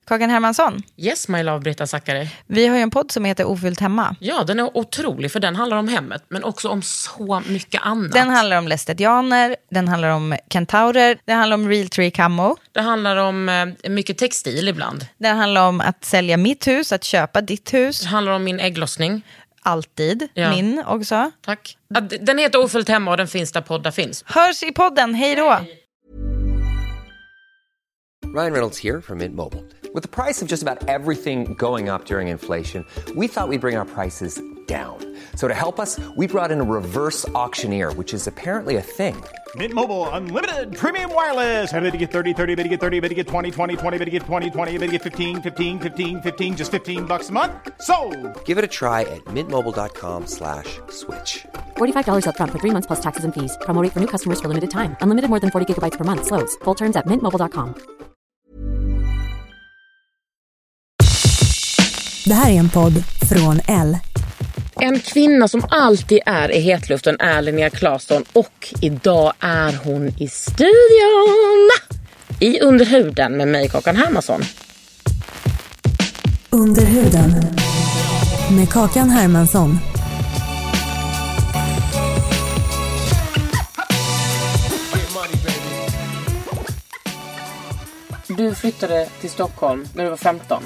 Kakan Hermansson. Yes, my love, Britta Zackari. Vi har ju en podd som heter Ofyllt hemma. Ja, den är otrolig för den handlar om hemmet, men också om så mycket annat. Den handlar om lästetianer, den handlar om kentaurer, den handlar om Realtree Camo. Det handlar om mycket textil ibland. Den handlar om att sälja mitt hus, att köpa ditt hus. Det handlar om min ägglossning. Alltid, min också. Tack. Den heter Ofyllt hemma och den finns där poddar finns. Hörs i podden, hej då! Ryan Reynolds here from Mint Mobile. With the price of just about everything going up during inflation, we thought we'd bring our prices down. So to help us, we brought in a reverse auctioneer, which is apparently a thing. Mint Mobile Unlimited Premium Wireless. How to get 30, 30, bit to get 30, bit to get 20, 20, 20, bit to get 20, 20, bit to get 15, 15, 15, 15, just $15 a month? Sold! Give it a try at mintmobile.com/switch. $45 up front for 3 months plus taxes and fees. Promo rate for new customers for limited time. Unlimited more than 40 gigabytes per month. Slows full terms at mintmobile.com. Det här är en podd från L. En kvinna som alltid är i hetluften är Linnea Claesson och idag är hon i studion i Underhuden med mig, Kakan Hermansson. Underhuden med Kakan Hermansson. Du flyttade till Stockholm när du var 15.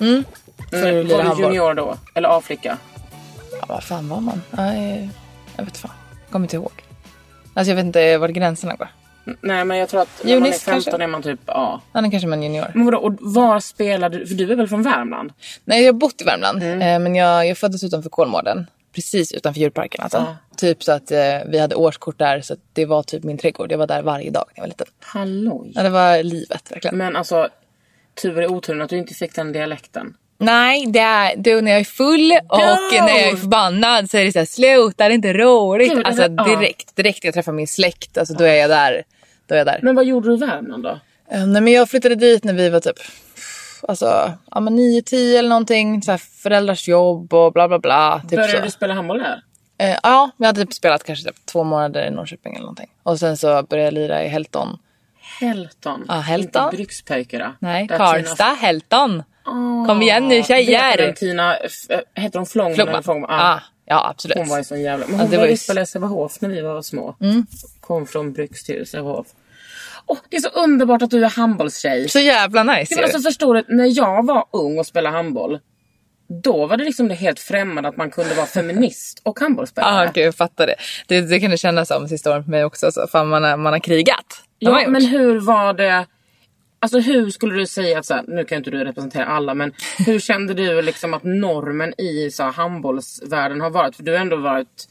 För var du junior då? Eller A-flicka? Ja, vad fan var man? Jag vet fan. Kommer inte ihåg. Alltså jag vet inte var gränserna går. Nej, men jag tror att när man är 15 kanske. Är man typ A. Ja, då kanske man junior. Men vadå, och var spelade du? För du är väl från Värmland? Nej, jag har bott i Värmland. Men jag föddes utanför Kolmården. Precis utanför djurparken alltså. Typ så att vi hade årskort där. Så att det var typ min trädgård. Jag var där varje dag när jag var liten. Halloj. Ja, det var livet verkligen. Men alltså, tur är oturen att du inte fick den dialekten. Nej, det är du när jag är full och när jag är förbannad så är det så här, sluta, det är inte roligt. Gud, alltså direkt jag träffar min släkt, alltså då är jag där. Men vad gjorde du i Värmland då? Nej, men jag flyttade dit när vi var typ alltså, 9-10 eller någonting, så här, föräldrars jobb och bla bla bla. Typ började så. Du spela handboll där? Ja, jag hade typ spelat kanske typ 2 månader i Norrköping eller någonting. Och sen så började jag lira i Helton. Helton? Ja, Helton. Inte Brukspöjkera? Nej, Karlstad, Helton. Kom igen nu, tjejer. Tina, heter hon Flång? Ja, absolut. Hon var ju sån jävla... Men hon var ju spelade Sävehof när vi var små. Kom från Bruks till Sävehof. Det är så underbart att du är handbollstjej. Så jävla nice. Jag alltså förstår du, när jag var ung och spelade handboll, då var det liksom det helt främmande att man kunde vara feminist och handbollsspelare. Ja, jag fattar det. Det kan det kännas som sista året för mig också. Så fan man har krigat. Ja, men hur var det... Alltså hur skulle du säga att så här, nu kan inte du representera alla, men hur kände du liksom att normen i så här, handbollsvärlden har varit? För du har ändå varit...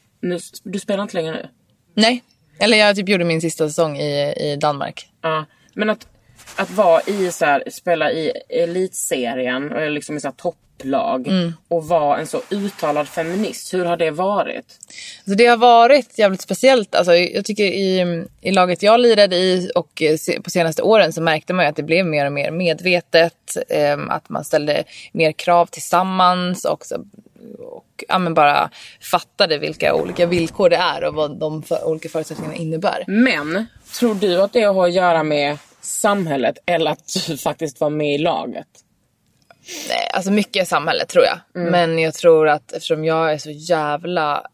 Du spelar inte längre nu? Nej, eller jag typ gjorde min sista säsong i Danmark. Ja, men att vara i så här, spela i elitserien och liksom i så här topplag och vara en så uttalad feminist, hur har det varit? Så det har varit jävligt speciellt. Alltså, jag tycker i laget jag lirade i och på senaste åren så märkte man ju att det blev mer och mer medvetet. Att man ställde mer krav tillsammans och men bara fattade vilka olika villkor det är och vad de olika förutsättningarna innebär. Men tror du att det har att göra med samhället eller att du faktiskt var med i laget? Nej, alltså mycket är samhället tror jag. Men jag tror att eftersom jag är så jävla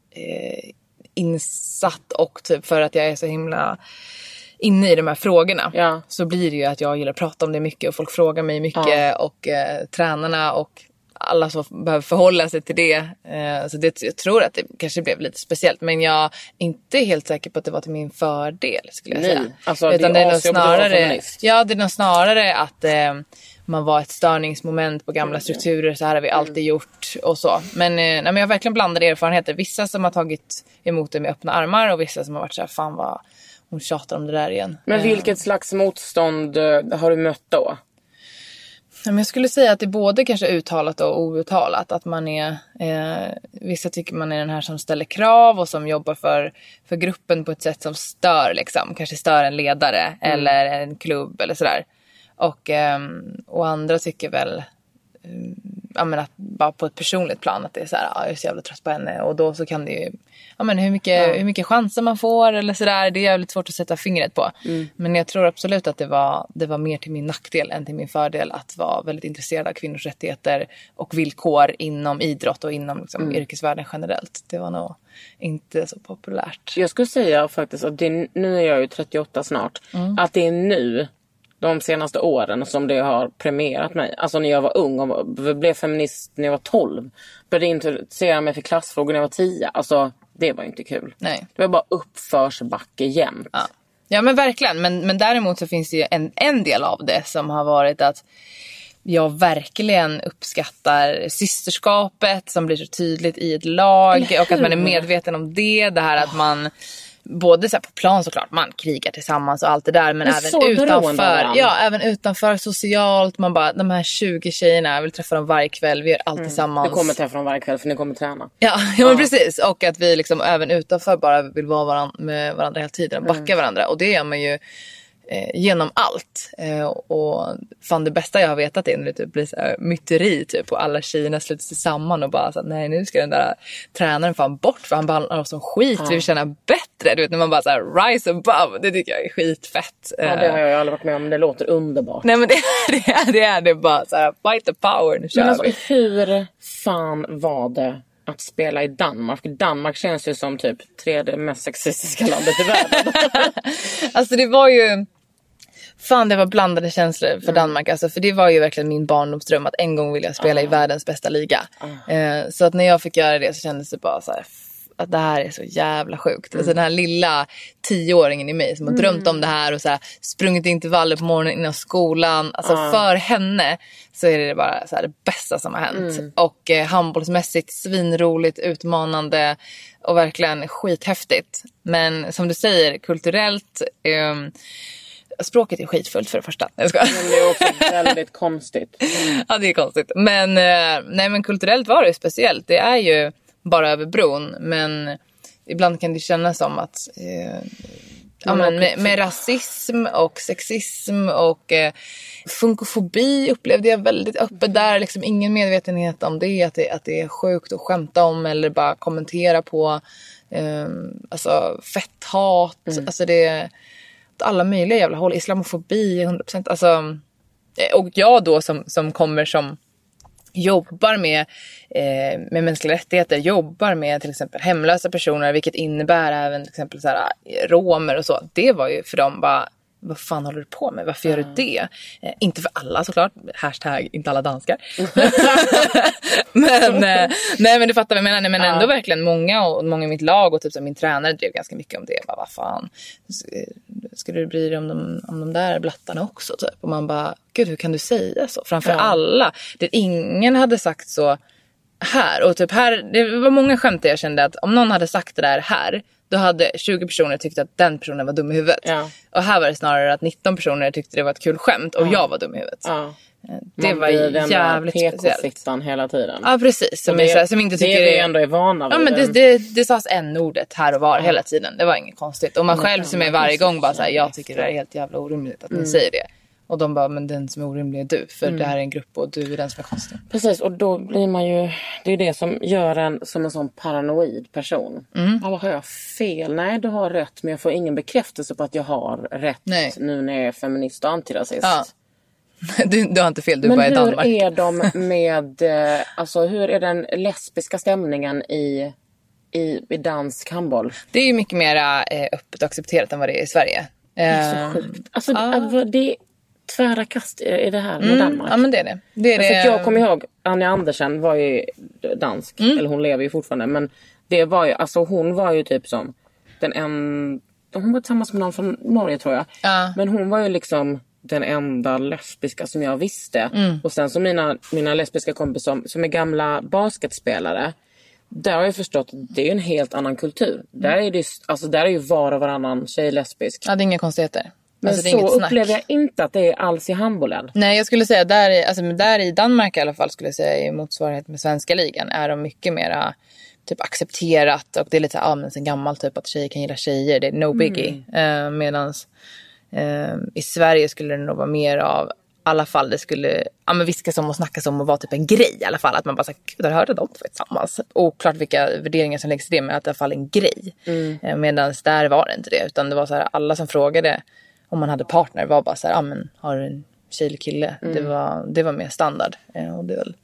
insatt och typ för att jag är så himla inne i de här frågorna så blir det ju att jag gillar att prata om det mycket och folk frågar mig mycket och tränarna och alla som behöver förhålla sig till det. Så jag tror att det kanske blev lite speciellt. Men jag är inte helt säker på att det var till min fördel skulle jag säga. Alltså, utan det är nog snarare, det är nog snarare att man var ett störningsmoment på gamla strukturer. Så här har vi alltid gjort och så. Men jag har verkligen blandade erfarenheter. Vissa som har tagit emot det med öppna armar och vissa som har varit så här, fan vad hon tjatar om det där igen. Men vilket slags motstånd har du mött då? Men jag skulle säga att det är både kanske uttalat och outtalat. Att man är, vissa tycker man är den här som ställer krav och som jobbar för gruppen på ett sätt som stör liksom. Kanske stör en ledare eller en klubb eller sådär. Och andra tycker väl att bara på ett personligt plan att det är så här, jag är så jävla trött på henne, och då så kan det ju hur mycket chanser man får eller sådär, det är lite svårt att sätta fingret på. Men jag tror absolut att det var mer till min nackdel än till min fördel att vara väldigt intresserad av kvinnors rättigheter och villkor inom idrott och inom liksom, yrkesvärlden generellt. Det var nog inte så populärt. Jag skulle säga faktiskt att nu är jag ju 38 snart, att det är nu de senaste åren som det har premierat mig. Alltså när jag var ung och blev feminist när jag var 12. Började intressera mig för klassfrågor när jag var 10. Alltså det var inte kul. Nej. Det var bara uppförsbacke jämt. Ja men verkligen. Men däremot så finns det ju en del av det som har varit att jag verkligen uppskattar systerskapet som blir så tydligt i ett lag. Och att man är medveten om det. Det här att man... Både så här på plan såklart, man krigar tillsammans och allt det där, men även utanför. Ja, även utanför socialt. Man bara, de här 20 tjejerna, jag vill träffa dem varje kväll, vi gör allt tillsammans. Vi kommer träffa dem varje kväll för ni kommer träna. Ja, men precis. Och att vi liksom även utanför bara vill vara med varandra hela tiden, backa varandra. Och det gör man ju genom allt. Och fan det bästa jag har vetat är när det typ blir så här myteri typ, och alla tjejerna slutar sig samman och bara så att nej, nu ska den där tränaren fan bort för han behandlar oss som skit, vi vill känna bättre, du vet, när man bara så här rise above, det tycker jag är skitfett. Ja, det har jag aldrig varit med om, men det låter underbart. Nej men det är bara så här, fight the power, nu kör men alltså, vi. hur fan var det att spela i Danmark? Danmark känns ju som typ 3:e mest sexistiska landet i världen. Alltså det var ju... Fan, det var blandade känslor för Danmark. Alltså, för det var ju verkligen min barndomsdröm att en gång vilja spela i världens bästa liga. Så att när jag fick göra det så kändes det bara så här, att det här är så jävla sjukt. Alltså den här lilla 10-åringen i mig som har drömt om det här och så här, sprungit intervaller på morgonen innan skolan. Alltså för henne så är det bara så här, det bästa som har hänt. Och handbollsmässigt svinroligt, utmanande och verkligen skithäftigt. Men som du säger, kulturellt... språket är skitfullt för det första. Men det är också väldigt konstigt. Ja, det är konstigt. Men, nej, men kulturellt var det ju speciellt. Det är ju bara över bron. Men ibland kan det kännas som att med rasism och sexism och funkofobi upplevde jag väldigt öppet där. Liksom ingen medvetenhet om det. Att det är sjukt att skämta om eller bara kommentera på alltså fetthat. Alltså det alla möjliga jävla håll, islamofobi 100%, alltså, och jag då som kommer som jobbar med mänskliga rättigheter, jobbar med till exempel hemlösa personer, vilket innebär även till exempel så här, romer och så, det var ju för dem bara, vad fan håller du på med? Varför gör du det? Inte för alla såklart. Hashtag inte alla danskar. Men nej, men du fattar vad jag menar. Nej, men ändå verkligen många i mitt lag och typ så min tränare drev ganska mycket om det. Bara, vad fan? Ska du bry dig om de där blattarna också? Typ? Och man bara, gud hur kan du säga så? Framför alla. Det ingen hade sagt så här. Och typ här, det var många skämt jag kände att om någon hade sagt det där här, då hade 20 personer tyckt att den personen var dum i huvudet. Ja. Och här var det snarare att 19 personer tyckte det var ett kul skämt och jag var dum i huvudet. Ja. Det var jävligt speciellt. Hela tiden. Ja, precis. Som inte tycker det ändå är vana vid. Ja, men det sades n-ordet här och var hela tiden. Det var inget konstigt. Och man själv som är varje gång bara så här, jag tycker det är helt jävla orimligt att ni säger det. Och de bara, men den som är orimlig är du. För det här är en grupp och du är den som är konstig. Precis, och då blir man ju... Det är det som gör en som en sån paranoid person. Har jag fel? Nej, du har rätt. Men jag får ingen bekräftelse på att jag har rätt. Nej. Nu när jag är feminist och antirasist. Ja. Du har inte fel, du men bara är i Danmark. Men hur är de med... alltså, hur är den lesbiska stämningen i dansk handboll? Det är ju mycket mer öppet och accepterat än vad det är i Sverige. Det är så sjukt. Alltså, det tvära kast är det här med Danmark. Ja, men det är det. Det är det. För jag kommer ihåg, Anja Andersen var ju dansk. Eller hon lever ju fortfarande. Men det var ju, alltså hon var ju typ som hon var tillsammans med någon från Norge tror jag. Men hon var ju liksom den enda lesbiska som jag visste. Och sen så mina lesbiska kompisar som är gamla basketspelare. Där har jag förstått att det är en helt annan kultur. Där är det, alltså där är ju var och varannan tjej lesbisk. Ja, det är inga konstigheter. Men alltså, det är så inget snack. upplever jag inte att det är alls i handbollen. Nej, jag skulle säga där i Danmark i alla fall skulle jag säga i motsvarighet med svenska ligan är de mycket mer typ accepterat och det är lite men sen gammalt typ att tjejer kan gilla tjejer, det är no biggie. Medans i Sverige skulle det nog vara mer av alla fall det skulle viskas om och snackas om och vara typ en grej i alla fall. Att man bara har hört de två tillsammans. Oklart vilka värderingar som läggs i det, men att det i alla fall en grej. Medan där var det inte det. Utan det var så här, alla som frågade om man hade partner var bara så här, men har du en tjej eller kille? Det var mer standard. Och det är väl,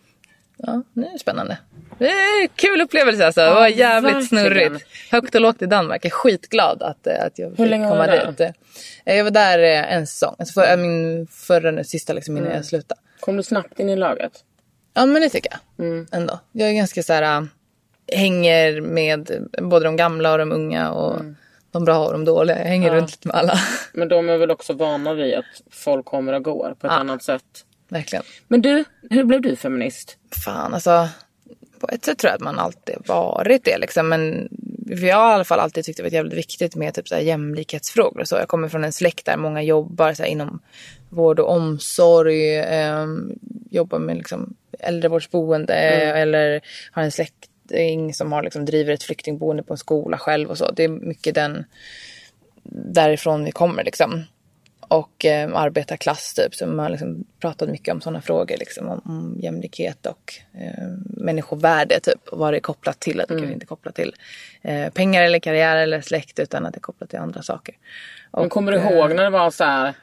det är spännande. Det är kul upplevelse alltså. Det var jävligt verkligen snurrigt. Högt och lågt i Danmark. Jag är skitglad att jag fick komma dit. Jag var där en säsong. Alltså min sista liksom innan jag slutade. Kom du snabbt in i laget? Ja, men det tycker jag. Ändå. Jag är ganska så här, hänger med både de gamla och de unga och de bra och de dåliga. Jag hänger runt lite med alla. Men de är väl också vana vid att folk kommer och går på ett annat sätt. Verkligen. Men du, hur blev du feminist? Fan, alltså på ett sätt tror jag att man alltid varit det liksom. Men för jag har i alla fall alltid tyckt det var jävligt viktigt med typ så här jämlikhetsfrågor och så. Jag kommer från en släkt där många jobbar så här, inom vård och omsorg, jobbar med liksom äldrevårdsboende eller har en släkting som har liksom driver ett flyktingboende på en skola själv och så. Det är mycket därifrån vi kommer liksom. Och arbetarklass typ, så man har liksom pratat mycket om sådana frågor liksom, om jämlikhet och människovärde typ, och vad det är kopplat till, att det kanske inte är kopplat till pengar eller karriär eller släkt, utan att det är kopplat till andra saker. Men kommer du ihåg när det var så här,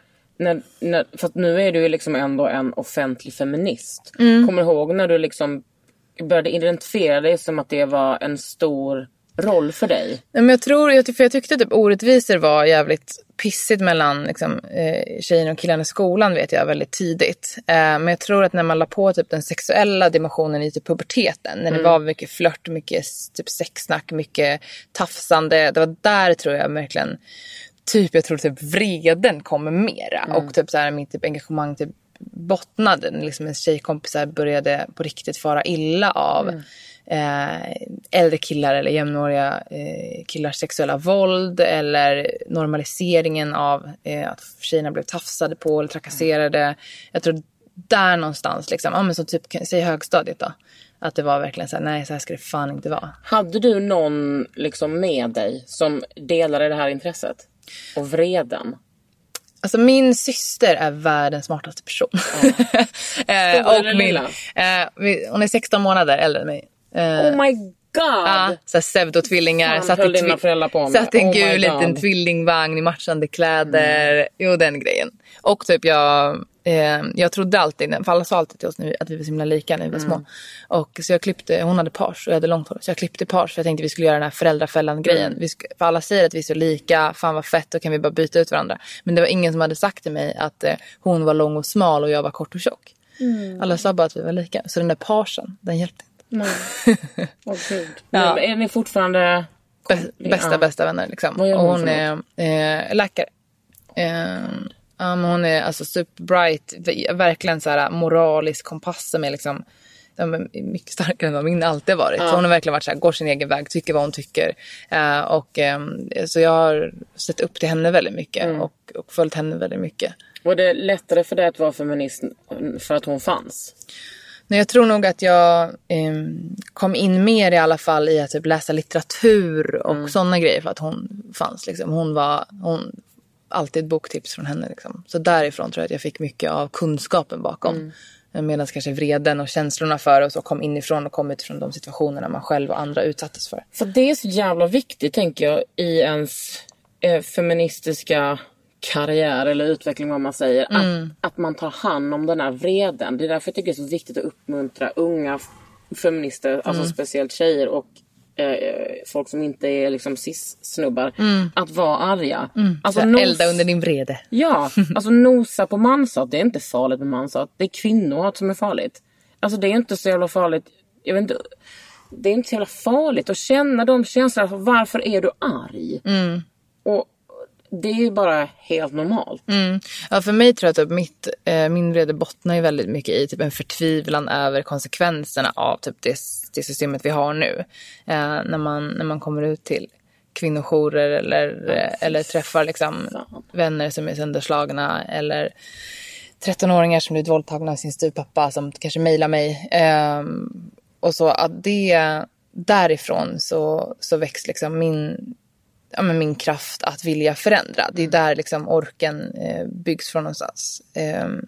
för att nu är du ju liksom ändå en offentlig feminist. Kommer du ihåg när du liksom började identifiera dig som att det var en stor roll för dig? Men jag tyckte typ orättvisor var jävligt pissigt mellan liksom, tjejerna och killarna i skolan, vet jag väldigt tidigt. Men jag tror att när man la på typ den sexuella dimensionen i typ puberteten, när det var mycket flört, mycket typ sexsnack, mycket tafsande, det var där tror jag verkligen jag tror typ vreden kommer mera och typ så här mitt typ engagemang typ bottnade när liksom en tjejkompisar började på riktigt fara illa av äldre killar eller jämnåriga killars sexuella våld eller normaliseringen av att tjejerna blev tafsade på eller trakasserade. Jag tror där någonstans liksom, men så typ säg högstadiet då, att det var verkligen så här, nej så här ska det fan inte vara. Hade du någon liksom med dig som delade det här intresset och vreden? Alltså min syster är världens smartaste person. Och hon är 16 månader äldre än mig. Oh my god! Så pseudo-tvillingar. Satt i en gul liten tvillingvagn i matchande kläder. Jo, den grejen. Och typ jag trodde alltid, för alla sa alltid till oss att vi var så himla lika när vi var små. Och så jag klippte, hon hade pars och jag hade långt hår. Så jag klippte pars för jag tänkte vi skulle göra den här föräldrafällan-grejen. För alla säger att vi är så lika, fan vad fett, då kan vi bara byta ut varandra. Men det var ingen som hade sagt till mig att hon var lång och smal och jag var kort och tjock. Alla sa bara att vi var lika. Så den där parsen, den hjälpte inte. Gud. Men är ni fortfarande bästa vänner liksom. Och hon är läkare. Hon är alltså super bright, verkligen så här moralisk kompass som är liksom mycket starkare än vad min alltid varit. Så hon har verkligen varit så här, går sin egen väg, tycker vad hon tycker. Så jag har sett upp till henne väldigt mycket och följt henne väldigt mycket. Var det lättare för dig att vara feminist för att hon fanns? Nej, jag tror nog att jag kom in mer i alla fall i att typ läsa litteratur och sådana grejer för att hon fanns. Liksom. Hon alltid boktips från henne. Liksom. Så därifrån tror jag att jag fick mycket av kunskapen bakom. Medan kanske vreden och känslorna för oss och kom inifrån och kom utifrån de situationerna man själv och andra utsattes för. För det är så jävla viktigt, tänker jag, i ens feministiska karriär eller utveckling, vad man säger, att man tar hand om den här vreden. Det är därför jag tycker det är så viktigt att uppmuntra unga feminister, alltså speciellt tjejer och folk som inte är liksom cis-snubbar, att vara arga. Alltså elda under din vrede. Ja, alltså nosa på manshat. Det är inte farligt med manshat. Det är kvinnohat som är farligt. Alltså det är inte så jävla farligt. Jag vet inte, det är inte så jävla farligt att känna de känslorna. Varför är du arg? Och det är ju bara helt normalt. Ja, för mig tror jag att typ min vrede bottnar ju väldigt mycket i typ en förtvivlan över konsekvenserna av typ det systemet vi har nu. När man kommer ut till kvinnojourer eller träffar liksom vänner som är sönderslagna eller 13-åringar som blivit våldtagna av sin styvpappa som kanske mejlar mig. Och så att därifrån så väcks liksom min kraft att vilja förändra. Det är där liksom orken byggs från någonstans.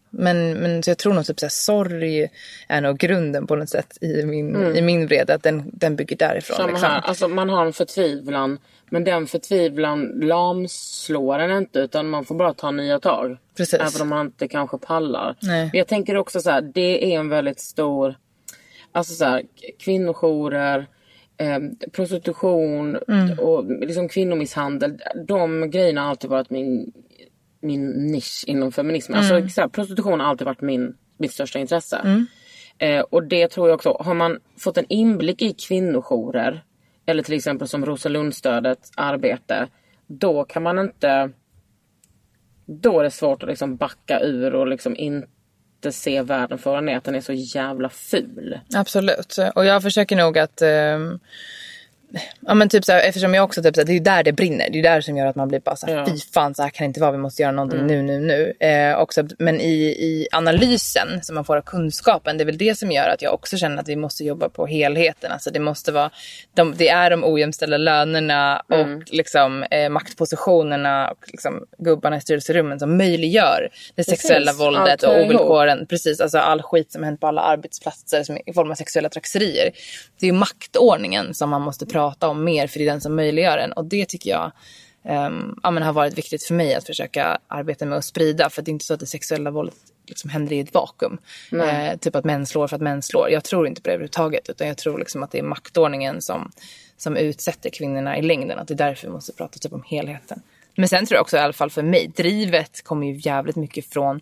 Men så jag tror nog typ såhär, sorg är nog grunden på något sätt i min vrede. Att den bygger därifrån. Samma liksom. här. Alltså man har en förtvivlan. Men den förtvivlan lamslår en inte. Utan man får bara ta nya tag. Precis. Även om man inte kanske pallar. Nej. Men jag tänker också så här. Det är en väldigt stor... Alltså så här, kvinnojourer... prostitution och liksom kvinnomisshandel. De grejerna har alltid varit min nisch inom feminismen. Alltså så här, prostitution har alltid varit mitt största intresse. Och det tror jag också. Har man fått en inblick i kvinnojourer eller till exempel som Rosenlundstödet arbete, då kan man inte, då är det svårt att liksom backa ur och liksom inte se världen för att den är så jävla ful. Absolut. Och jag försöker nog att ja men typ så här, eftersom jag också typ så här, det är ju där det brinner. Det är ju där som gör att man blir bara så här, fy fan, så här kan det inte vara, vi måste göra någonting nu. Också, men i analysen som man får av kunskapen, det är väl det som gör att jag också känner att vi måste jobba på helheten. Alltså det måste vara, det är de ojämställda lönerna och liksom maktpositionerna och liksom gubbarna i styrelserummen som möjliggör det sexuella våldet och ovillkoren. Precis, alltså all skit som hänt på alla arbetsplatser som i form av sexuella trakasserier. Det är ju maktordningen som man måste prata om mer, för det är den som möjliggör den. Och det tycker jag har varit viktigt för mig att försöka arbeta med att sprida. För det är inte så att det sexuella våldet liksom händer i ett vakuum. Typ att män slår för att män slår. Jag tror inte på det överhuvudtaget. Utan jag tror liksom att det är maktordningen som utsätter kvinnorna i längden. Att det är därför vi måste prata typ om helheten. Men sen tror jag också, i alla fall för mig, drivet kommer ju jävligt mycket från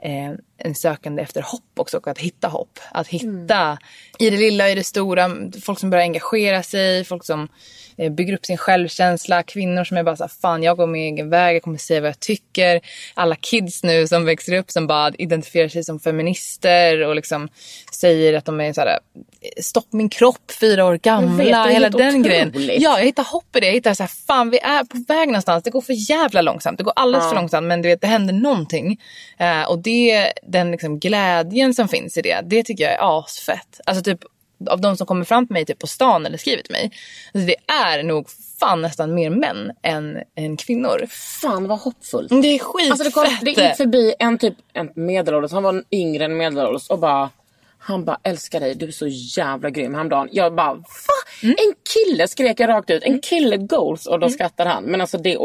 en sökande efter hopp också, och att hitta hopp. Att hitta i det lilla, i det stora, folk som börjar engagera sig, folk som bygger upp sin självkänsla, kvinnor som är bara så här, fan, jag går min egen väg, jag kommer säga vad jag tycker. Alla kids nu som växer upp som bara identifierar sig som feminister och liksom säger att de är så här, stopp min kropp, 4 år gamla, hela den grejen. Ja, jag hittar hopp i det. Jag hittar så här, fan, vi är på väg någonstans. Det går för jävla långsamt. Det går alldeles för långsamt, men du vet, det händer någonting. Och den liksom glädjen som finns i det tycker jag är asfett. Alltså typ av de som kommer fram till mig typ på stan eller skriver till mig. Alltså det är nog fan nästan mer män än kvinnor. Fan vad hoppfullt. Det är skitfett. Alltså det gick förbi en medelålders, han var yngre än medelålders och han bara älskar dig, du är så jävla grym häromdagen. Jag bara, va? En kille, skrek jag rakt ut. En kille goals, och då skrattar han. Men alltså det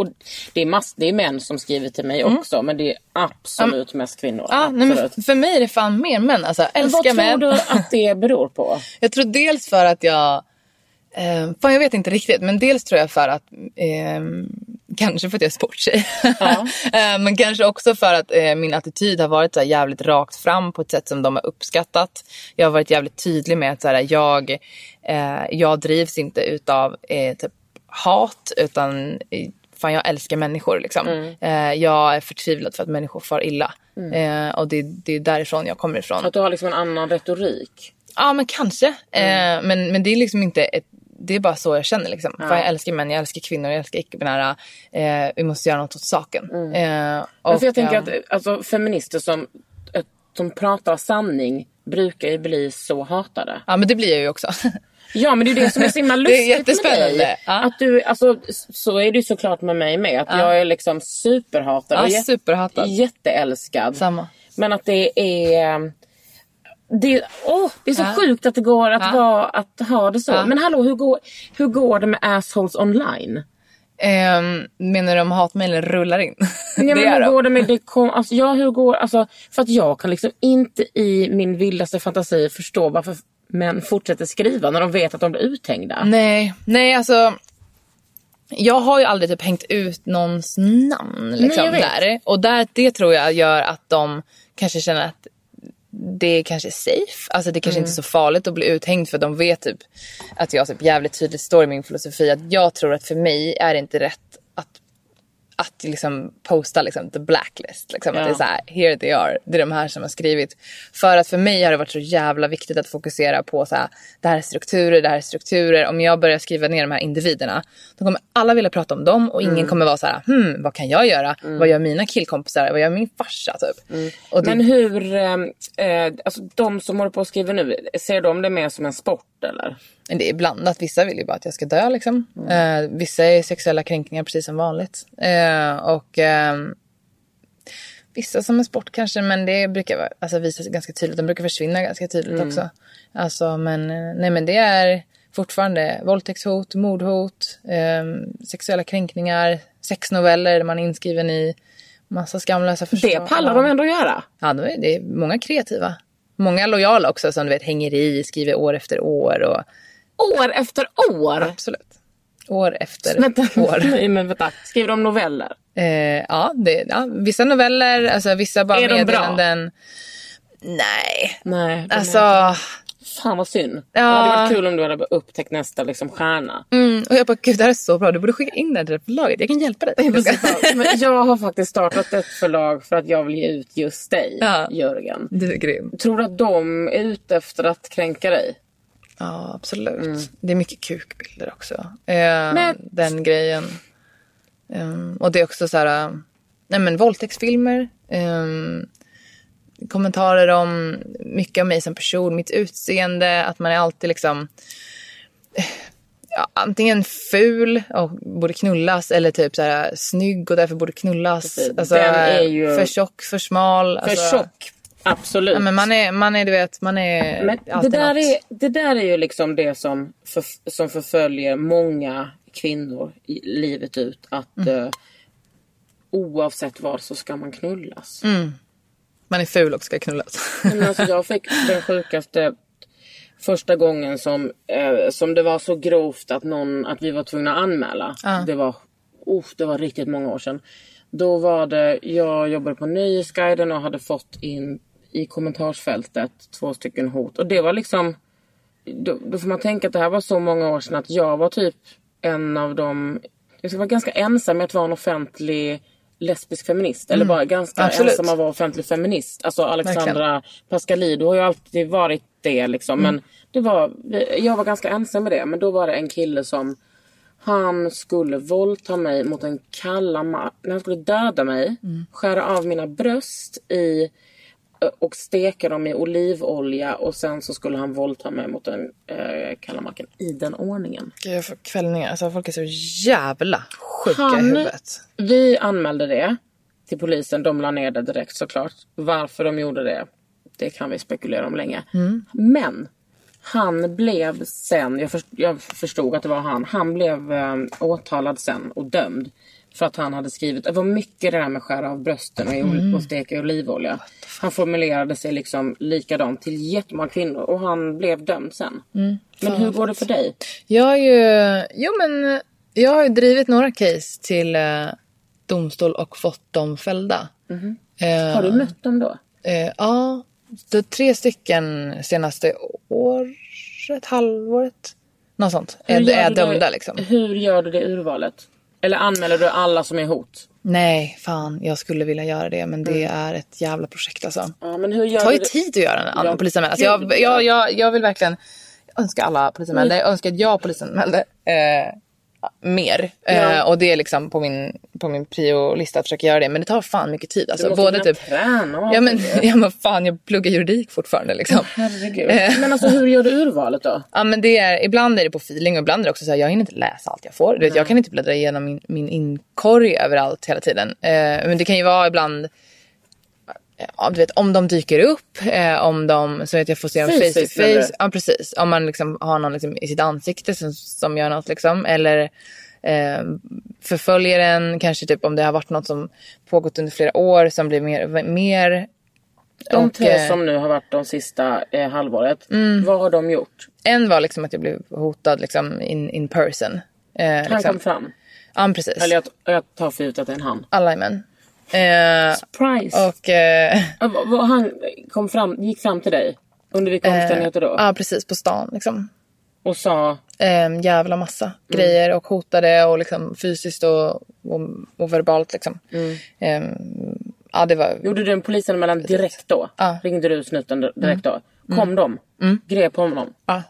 är män som skriver till mig också, men det är absolut mest kvinnor. Ja, nej, men för mig är det fan mer män. Alltså, älskar män. Vad tror du att det beror på? Jag tror dels för att jag jag vet inte riktigt, men dels tror jag för att kanske för att jag är sporttjej. Men kanske också för att min attityd har varit så här jävligt rakt fram på ett sätt som de har uppskattat. Jag har varit jävligt tydlig med att så här, jag drivs inte utav typ hat, utan fan, jag älskar människor liksom. Jag är förtvivlad för att människor far illa. Och det är därifrån jag kommer ifrån. Att du har liksom en annan retorik. Ja, men kanske. Men det är liksom inte det är bara så jag känner liksom. För jag älskar män, jag älskar kvinnor, jag älskar icke-binära. Vi måste göra något åt saken. Och för jag tänker att alltså, feminister som pratar sanning brukar ju bli så hatade. Ja, men det blir jag ju också. Ja, men det är det som är så himla lustigt. Det är jättespännande. Med dig. Att du, alltså, så är det ju såklart med mig med. Att jag är liksom superhatad. Ja, superhatad. Jätteälskad. Samma. Men att det är... Det är så sjukt att det går att ha det så. Men hallå, hur går det med assholes online? Menar du om hatmejlen rullar in? Ja, men hur går det med det? Hur går... Alltså, för att jag kan liksom inte i min vildaste fantasi förstå varför män fortsätter skriva när de vet att de blir uthängda. Nej, alltså... Jag har ju aldrig typ hängt ut någons namn liksom. Nej, där. Och det tror jag gör att de kanske känner att det är kanske safe. Alltså det kanske inte är så farligt att bli uthängd, för de vet typ att jag typ jävligt tydligt står i min filosofi att jag tror att för mig är det inte rätt att liksom posta liksom the blacklist liksom, att det är så här, here they are, det är de här som har skrivit. För att för mig har det varit så jävla viktigt att fokusera på så här, det här är strukturer. Om jag börjar skriva ner de här individerna, då kommer alla vilja prata om dem, och ingen kommer vara så här, vad kan jag göra? Vad gör mina killkompisar? Vad gör min farsa typ? Och men hur alltså de som håller på att skriva nu, ser de det mer som en sport eller? Det är blandat. Vissa vill ju bara att jag ska dö liksom. Vissa är sexuella kränkningar precis som vanligt. vissa som en sport kanske, men det brukar visa sig ganska tydligt. De brukar försvinna ganska tydligt också. Alltså, men det är fortfarande våldtäktshot, mordhot, sexuella kränkningar, sexnoveller där man är inskriven i massa skamlösa förslag. Det pallar de ändå göra. Ja, det är många kreativa. Många lojala också som du vet hänger i, skriver år efter år. År efter år? Absolut. År efter år. Nej, men vänta. Skriver de noveller? Vissa noveller, alltså vissa bara är meddelanden. Nej. Alltså... Fan vad synd. Ja. Det hade varit kul om du hade upptäckt nästa liksom stjärna. Och jag bara, gud det här är så bra. Du borde skicka in det till förlaget. Jag kan hjälpa dig. Men jag har faktiskt startat ett förlag för att jag vill ge ut just dig, Jörgen. Du är grym. Tror du att de är ute efter att kränka dig? Ja, absolut. Det är mycket kukbilder också. Den grejen. Och det är också så här... våldtäktsfilmer. Kommentarer om mycket av mig som person, mitt utseende, att man är alltid liksom antingen ful och borde knullas eller typ så här snygg och därför borde knullas. Alltså, den är ju för tjock, för smal. För tjock, absolut. Ja, men man är du vet, man är men det där är ju liksom det som förföljer många kvinnor i livet ut, att oavsett vad så ska man knullas. Man är ful och ska knullas. Men alltså, jag fick den sjukaste första gången som det var så grovt att vi var tvungna att anmäla. Det var riktigt många år sedan. Då var det, jag jobbade på Nöjesguiden och hade fått in i kommentarsfältet 2 stycken hot. Och det var liksom, då får man tänka att det här var så många år sedan att jag var typ en av dem, jag var ganska ensam med att vara en offentlig lesbisk feminist. Eller bara ganska ensam att vara offentlig feminist. Alltså Alexandra Pascalidou har ju alltid varit det liksom. Men jag var ganska ensam med det. Men då var det en kille som, han skulle våldta mig mot en kalla mark. Han skulle döda mig. Skära av mina bröst och steka dem i olivolja. Och sen så skulle han våldta mig mot den kalla marken i den ordningen. Jag får kvällningar. Alltså folk är så jävla sjuka i huvudet. Vi anmälde det till polisen. De la ner det direkt såklart. Varför de gjorde det kan vi spekulera om länge. Men han blev sen, jag förstod att det var han blev åtalad sen och dömd. För att han hade skrivit, det var mycket det där med skära av brösten och steka i olivolja. Han formulerade sig liksom likadant till jättemånga kvinnor. Och han blev dömd sen. Men hur går det för dig? Jag har ju drivit några case till domstol och fått dem fällda. Har du mött dem då? Ja, det är 3 stycken senaste året, halvåret. Något sånt. Är dömda liksom. Hur gör du det urvalet? Eller anmäler du alla som är hot? Nej, fan. Jag skulle vilja göra det. Men det är ett jävla projekt alltså. Ja, men hur gör det tar ju tid att göra en polisanmälan. Alltså, jag vill verkligen önska alla polisanmälde. Jag önskar att jag polisanmälde mer. Och det är liksom på min prio-lista att försöka göra det. Men det tar fan mycket tid. Alltså, både typ träna. men fan, jag pluggar juridik fortfarande liksom. Herregud. Men alltså hur gör du urvalet då? Ja, men ibland är det på feeling och ibland är det också så här, jag hinner inte läsa allt jag får. Du vet, jag kan inte bläddra igenom min inkorg överallt hela tiden. Men det kan ju vara ibland, ja, du vet, om de dyker upp, om de, så att jag får se en face to face. Ja, precis. Om man liksom har någon liksom i sitt ansikte som gör något liksom, eller förföljer en, kanske typ om det har varit något som pågått under flera år som blir mer de 3 som nu har varit de sista halvåret, vad har de gjort? En var liksom att jag blev hotad liksom in person. Han liksom kom fram? Ja, precis. Eller jag tar för ut att det är en han. Allamen. Surprise. Och han gick fram till dig under vilka omständigheter då? Ja, precis, på stan liksom. Och sa jävla massa grejer och hotade och liksom fysiskt och verbalt liksom. Ja, det var... Gjorde du en polisanmälan direkt då? Ja. Ringde du snuten direkt då? Kom de? Grep honom? Ja.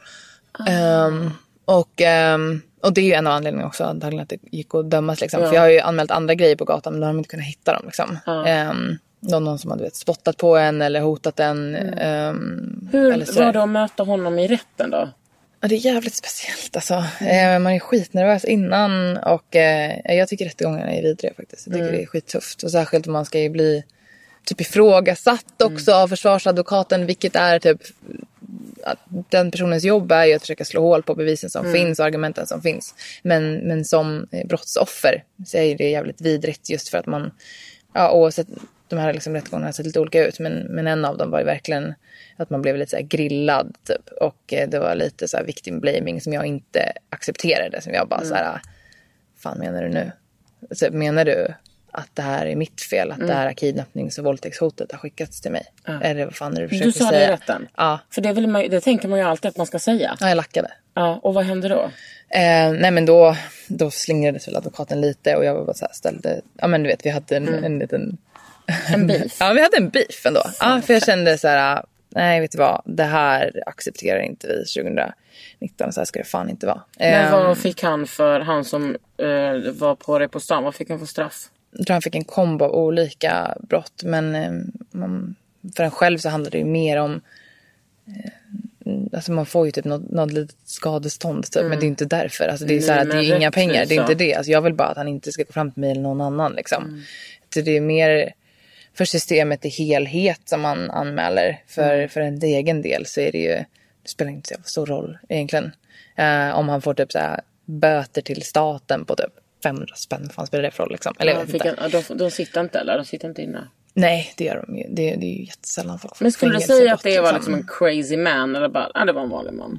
Och det är ju en av anledningarna också antagligen att det gick att dömas liksom. För jag har ju anmält andra grejer på gatan, men då har de inte kunnat hitta dem liksom. Någon som hade spottat på en eller hotat en. Hur var det att möta honom i rätten då? Ja, det är jävligt speciellt alltså. Man är skitnervös innan och jag tycker rättegångarna är vidriga faktiskt. Jag tycker det är skittufft. Och särskilt om man ska ju bli typ ifrågasatt också av försvarsadvokaten, vilket är typ att den personens jobb är ju att försöka slå hål på bevisen som finns och argumenten som finns. Men som brottsoffer så är det jävligt vidrigt just för att man, oavsett, de här liksom rättegångarna har sett lite olika ut, men en av dem var ju verkligen att man blev lite så här grillad typ. Och det var lite så här victim blaming som jag inte accepterade, som jag bara så här, fan menar du nu? Så menar du att det här är mitt fel, att det här kidnappnings- och våldtäktshotet har skickats till mig? Eller vad fan är det du försöker säga? Du sa det i rätten? Ja. För det tänker man ju alltid att man ska säga. Ja, jag lackade. Ja, och vad hände då? Nej men då slingrades väl advokaten lite och jag var bara så här ställde, ja men du vet vi hade en liten En beef? Ja, vi hade en beef ändå. Ja, för jag kände så här, nej vet du vad, det här accepterar inte vi 2019, så här ska det fan inte vara. Men vad fick han för, han som var på dig på stan, vad fick han för straff? Jag tror han fick en kombo av olika brott, men för en själv så handlar det ju mer om alltså man får ju typ något litet skadestånd typ, men det är inte därför, alltså det är så här att det är inga pengar, det är inte det, alltså jag vill bara att han inte ska gå fram till mig eller någon annan liksom. Så det är mer för systemet i helhet som man anmäler, för en egen del så är det ju, det spelar inte så stor roll egentligen. Om han får typ så här böter till staten på typ 500 spänn, fan spelar det för roll liksom. Eller de sitter inte, eller de sitter inte inne. Nej, det gör de ju. Det är ju jättesällan folk får. Men skulle du säga att det var liksom en crazy man, eller bara, det var en vanlig man?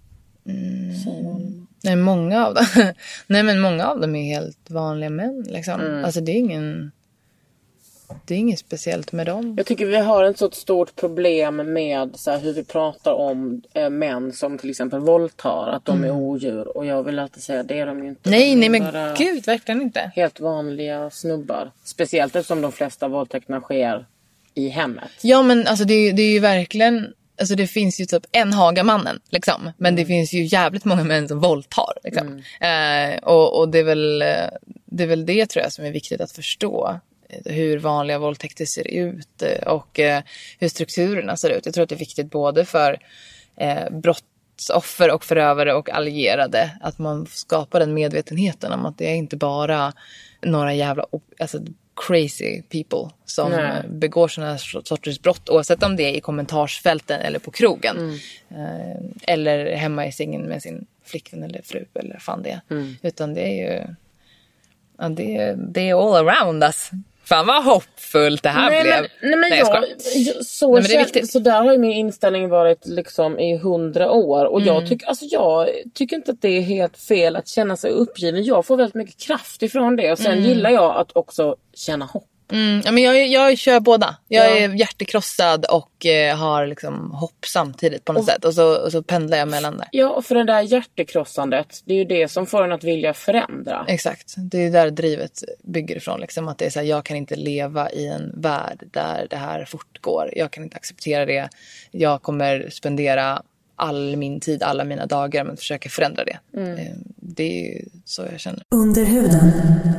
Nej, många av dem är helt vanliga män liksom. Alltså det är inget speciellt med dem. Jag tycker vi har ett så stort problem med så här, hur vi pratar om män som till exempel våldtar, att de är odjur. Och jag vill alltid säga, det är de ju inte. Nej men gud, verkligen inte. Helt vanliga snubbar. Speciellt eftersom de flesta våldtäkterna sker i hemmet. Ja, men alltså det är ju verkligen, alltså det finns ju typ en Hagamannen liksom, men det finns ju jävligt många män som våldtar liksom. Och det är väl det tror jag som är viktigt att förstå, hur vanliga våldtäkter ser ut och hur strukturerna ser ut. Jag tror att det är viktigt både för brottsoffer och förövare och allierade att man skapar den medvetenheten om att det är inte bara några jävla crazy people som begår såna sorters brott, oavsett om det är i kommentarsfälten eller på krogen eller hemma i sängen med sin flickvän eller fru eller fan det. Utan det är ju det är all around us. Fan vad hoppfullt det här blev. Det är viktigt. Så där har ju min inställning varit liksom i 100 år. Och jag tycker inte att det är helt fel att känna sig uppgiven. Jag får väldigt mycket kraft ifrån det. Och sen gillar jag att också känna hopp. Ja, men jag kör båda. Jag är hjärtekrossad och har liksom hopp samtidigt på något sätt. Och så pendlar jag mellan där. Ja, och för det där hjärtekrossandet, det är ju det som får en att vilja förändra. Exakt, det är där drivet bygger ifrån. Liksom, att det är så här, jag kan inte leva i en värld där det här fortgår. Jag kan inte acceptera det. Jag kommer spendera all min tid, alla mina dagar med att försöka förändra det. Det är ju så jag känner. Under huden.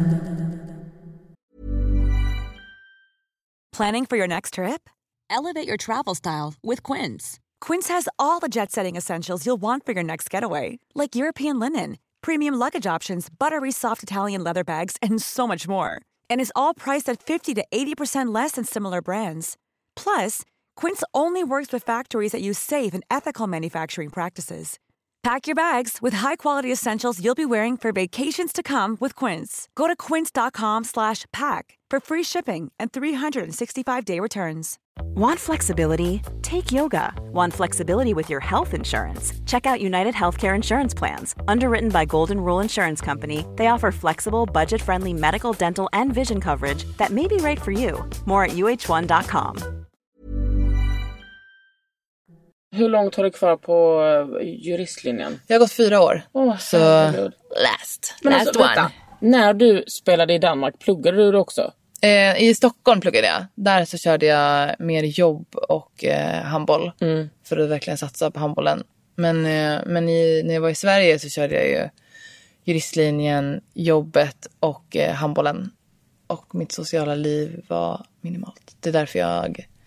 Planning for your next trip? Elevate your travel style with Quince. Quince has all the jet-setting essentials you'll want for your next getaway, like European linen, premium luggage options, buttery soft Italian leather bags, and so much more. And is all priced at 50 to 80% less than similar brands. Plus, Quince only works with factories that use safe and ethical manufacturing practices. Pack your bags with high-quality essentials you'll be wearing for vacations to come with Quince. Go to quince.com/pack for free shipping and 365-day returns. Want flexibility? Take yoga. Want flexibility with your health insurance? Check out United Healthcare Insurance Plans. Underwritten by Golden Rule Insurance Company, they offer flexible, budget-friendly medical, dental, and vision coverage that may be right for you. More at uh1.com. Hur långt har du kvar på juristlinjen? Jag har gått 4 år. Så last one. När du spelade i Danmark, pluggade du också? I Stockholm pluggade jag. Där så körde jag mer jobb och handboll. För att verkligen satsa på handbollen. Men när jag var i Sverige så körde jag ju juristlinjen, jobbet och handbollen. Och mitt sociala liv var minimalt. Det är därför jag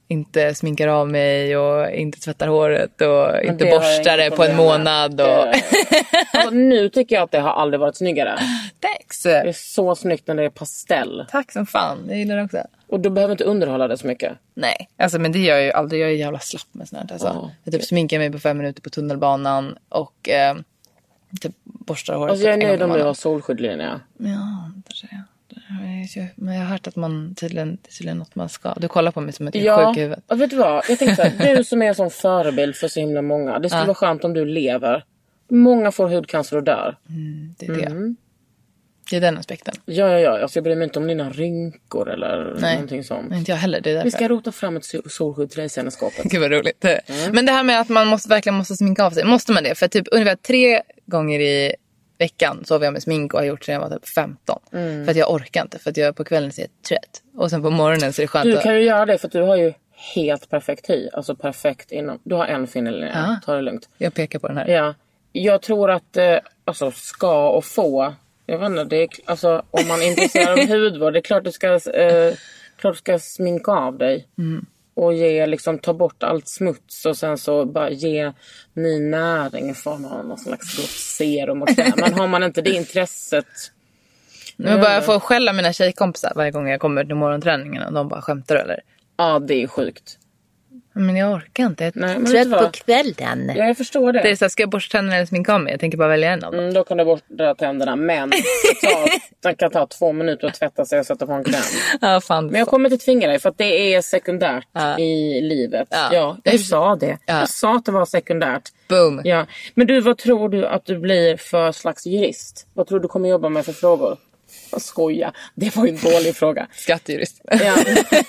inte sminkar av mig och inte tvättar håret och inte borstar det på en månad. Och... alltså, nu tycker jag att det har aldrig varit snyggare. Thanks. Det är så snyggt när det är pastell. Tack som fan, jag gillar det också. Och du behöver inte underhålla det så mycket. Nej, alltså, men det gör jag ju aldrig. Jag är jävla slapp med sånt här. Alltså. Jag typ sminkar mig på 5 minuter på tunnelbanan och typ borstar håret. Alltså jag är nöjd om du har solskydd, Linnea. Ja, det är det. Men jag har hört att man tydligen något man ska. Du kollar på mig som att jag är sjuk i huvudet. Ja, vet du vad? Jag tänkte såhär, du som är en sån förebild för så himla många. Det skulle vara skönt om du lever. Många får hudcancer och dör. Det är det. Det är den aspekten. Ja. Alltså jag bryr mig inte om dina rynkor eller någonting sånt. Nej, inte jag heller. Det är därför. Vi ska rota fram ett solskydd till dig sen i skåpet. Gud vad roligt. Men det här med att man verkligen måste sminka av sig. Måste man det? För typ ungefär 3 gånger i veckan sover jag med smink och har gjort sedan jag var typ 15. För att jag orkar inte. För att jag på kvällen är trött. Och sen på morgonen så är det skönt. Du kan ju göra det för att du har ju helt perfekt hy. Alltså perfekt inom. Du har en fin eller ta det lugnt. Jag pekar på den här. Ja. Jag tror att alltså ska och få. Jag vet inte, det är, alltså om man är intresserad av hudvård, det är klart du ska sminka av dig. Och liksom ta bort allt smuts och sen så bara ge ny näring i form av någon slags gott serum och kräm. Men har man inte det intresset... Men bara få skälla mina tjejkompisar varje gång jag kommer till morgonträningen och de bara skämtar eller? Ja, det är sjukt. Men jag orkar inte. Jag är trött på kvällen. Ja, jag förstår det. Det är så här, ska jag borsta tänderna eller sminka av mig? Jag tänker bara välja en av dem. Då kan du borsta tänderna. Men det kan ta 2 minuter att tvätta sig och sätta på en kräm. Ja, fan. Men jag kommer inte tvinga dig för att det är sekundärt i livet. Ja, jag sa det. Jag sa att det var sekundärt. Boom. Ja. Men du, vad tror du att du blir för slags jurist? Vad tror du kommer jobba med för frågor? Jag skojar. Det var ju en dålig fråga. Skattejurist. Ja.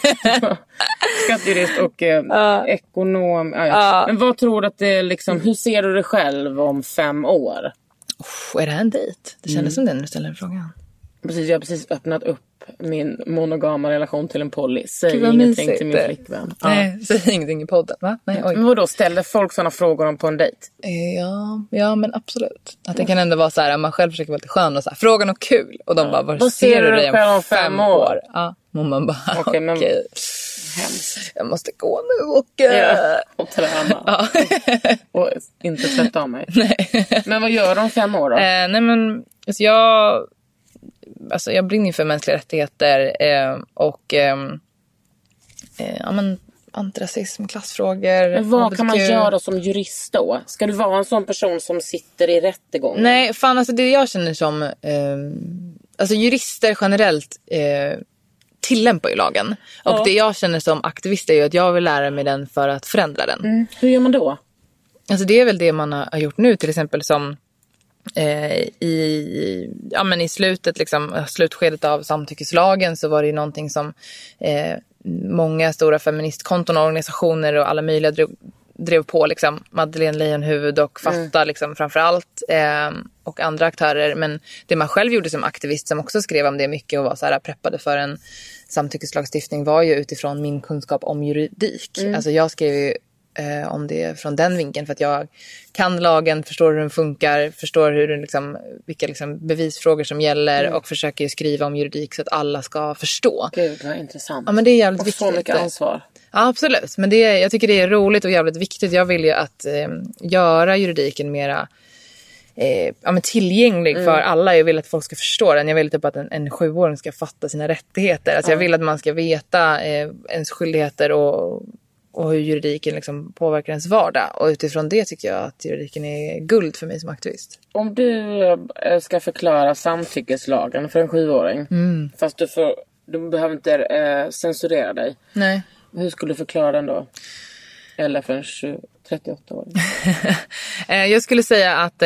Skattejurist och ekonom. Men vad tror du att det liksom, hur ser du dig själv om 5 år? Är det här en dejt? Det kändes som det när du ställer frågan. Precis, jag har precis öppnat upp min monogama relation till en poly. Säg ingenting till min flickvän. Nej, säg ingenting i podden, va? Nej, oj. Men vadå, ställer folk sådana frågor om på en dejt? Ja, men absolut. Att det kan ändå vara så här, man själv försöker vara lite skön och så här, fråga något kul. Och de bara, vad ser du dig om 5 år? Ja, och man bara, okej. Hemskt. Jag måste gå nu och träna. Ja. Och inte tvätta av mig. Nej. Men vad gör du om 5 år då? Nej, men alltså jag brinner för mänskliga rättigheter och antirasism, klassfrågor. Men vad kan man göra som jurist då? Ska du vara en sån person som sitter i rättegång? Nej, fan, alltså det jag känner som alltså jurister generellt tillämpar ju lagen. Och det jag känner som aktivist är ju att jag vill lära mig den för att förändra den. Hur gör man då? Alltså det är väl det man har gjort nu, till exempel som i slutet liksom, slutskedet av samtyckeslagen så var det ju någonting som många stora feministkonton och organisationer och alla möjliga drev på liksom. Madeleine Leijonhufvud och Fatta liksom, framförallt och andra aktörer. Men det man själv gjorde som aktivist som också skrev om det mycket och var så här preppade för en samtyckeslagstiftning var ju utifrån min kunskap om juridik. Alltså jag skrev ju om det från den vinkeln för att jag kan lagen, förstår hur den funkar, förstår hur den liksom, vilka liksom bevisfrågor som gäller och försöker ju skriva om juridik så att alla ska förstå. Gud, vad intressant. Ja, men det är jävligt viktigt. Och så mycket ansvar. Ja, absolut. Men jag tycker det är roligt och jävligt viktigt. Jag vill ju att göra juridiken mera tillgänglig för alla. Jag vill att folk ska förstå den. Jag vill typ att en 7-åring ska fatta sina rättigheter. Alltså jag vill att man ska veta ens skyldigheter och hur juridiken liksom påverkar ens vardag. Och utifrån det tycker jag att juridiken är guld för mig som aktivist. Om du ska förklara samtyckeslagen för en 7-åring, fast du behöver inte censurera dig. Nej. Hur skulle du förklara den då? Eller för en 38-åring? Jag skulle säga att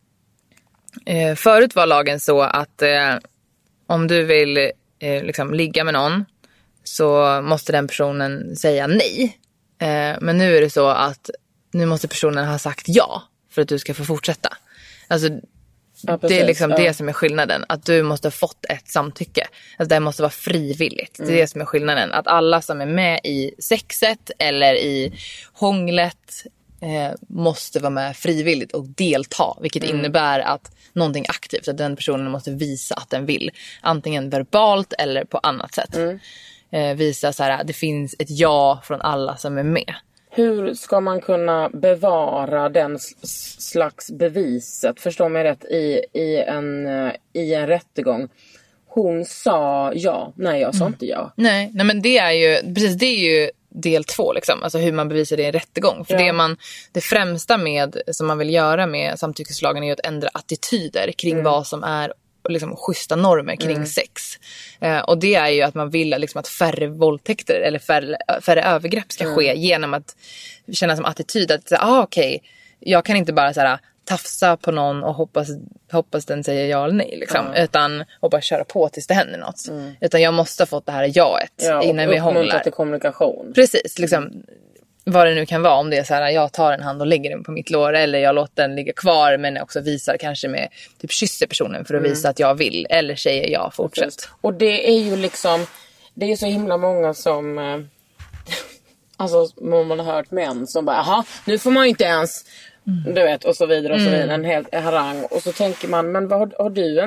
förut var lagen så att om du vill liksom ligga med någon så måste den personen säga nej. Men nu är det så att nu måste personen ha sagt ja för att du ska få fortsätta. Alltså det är liksom det som är skillnaden. Att du måste ha fått ett samtycke. Alltså det måste vara frivilligt. Det är det som är skillnaden. Att alla som är med i sexet eller i hånglet måste vara med frivilligt och delta. Vilket innebär att någonting aktivt. Att den personen måste visa att den vill. Antingen verbalt eller på annat sätt. visa så här, det finns ett ja från alla som är med. Hur ska man kunna bevara den slags beviset, förstår mig rätt, i en rättegång? Hon sa ja, nej jag sa inte ja. Nej, men det är ju del 2 liksom, alltså hur man bevisar det i en rättegång. För det främsta som man vill göra med samtyckeslagen är ju att ändra attityder kring vad som är liksom schyssta normer kring sex. Och det är ju att man vill liksom att färre våldtäkter eller färre övergrepp ska ske genom att känna som attityd att okej, jag kan inte bara så här tafsa på någon och hoppas den säger ja eller nej liksom, utan och bara köra på tills det händer något. Utan jag måste ha fått det här jaet innan vi hånglar. Till kommunikation. Precis, liksom vad det nu kan vara, om det är så här, jag tar en hand och lägger den på mitt lår, eller jag låter den ligga kvar men också visar kanske med typ kysser personen för att visa att jag vill, eller säger jag fortsätt. Och det är ju liksom, det är ju så himla många som alltså man har hört män som bara, aha, nu får man ju inte ens du vet, och så vidare och så vidare, en helt harang, och så tänker man, men har du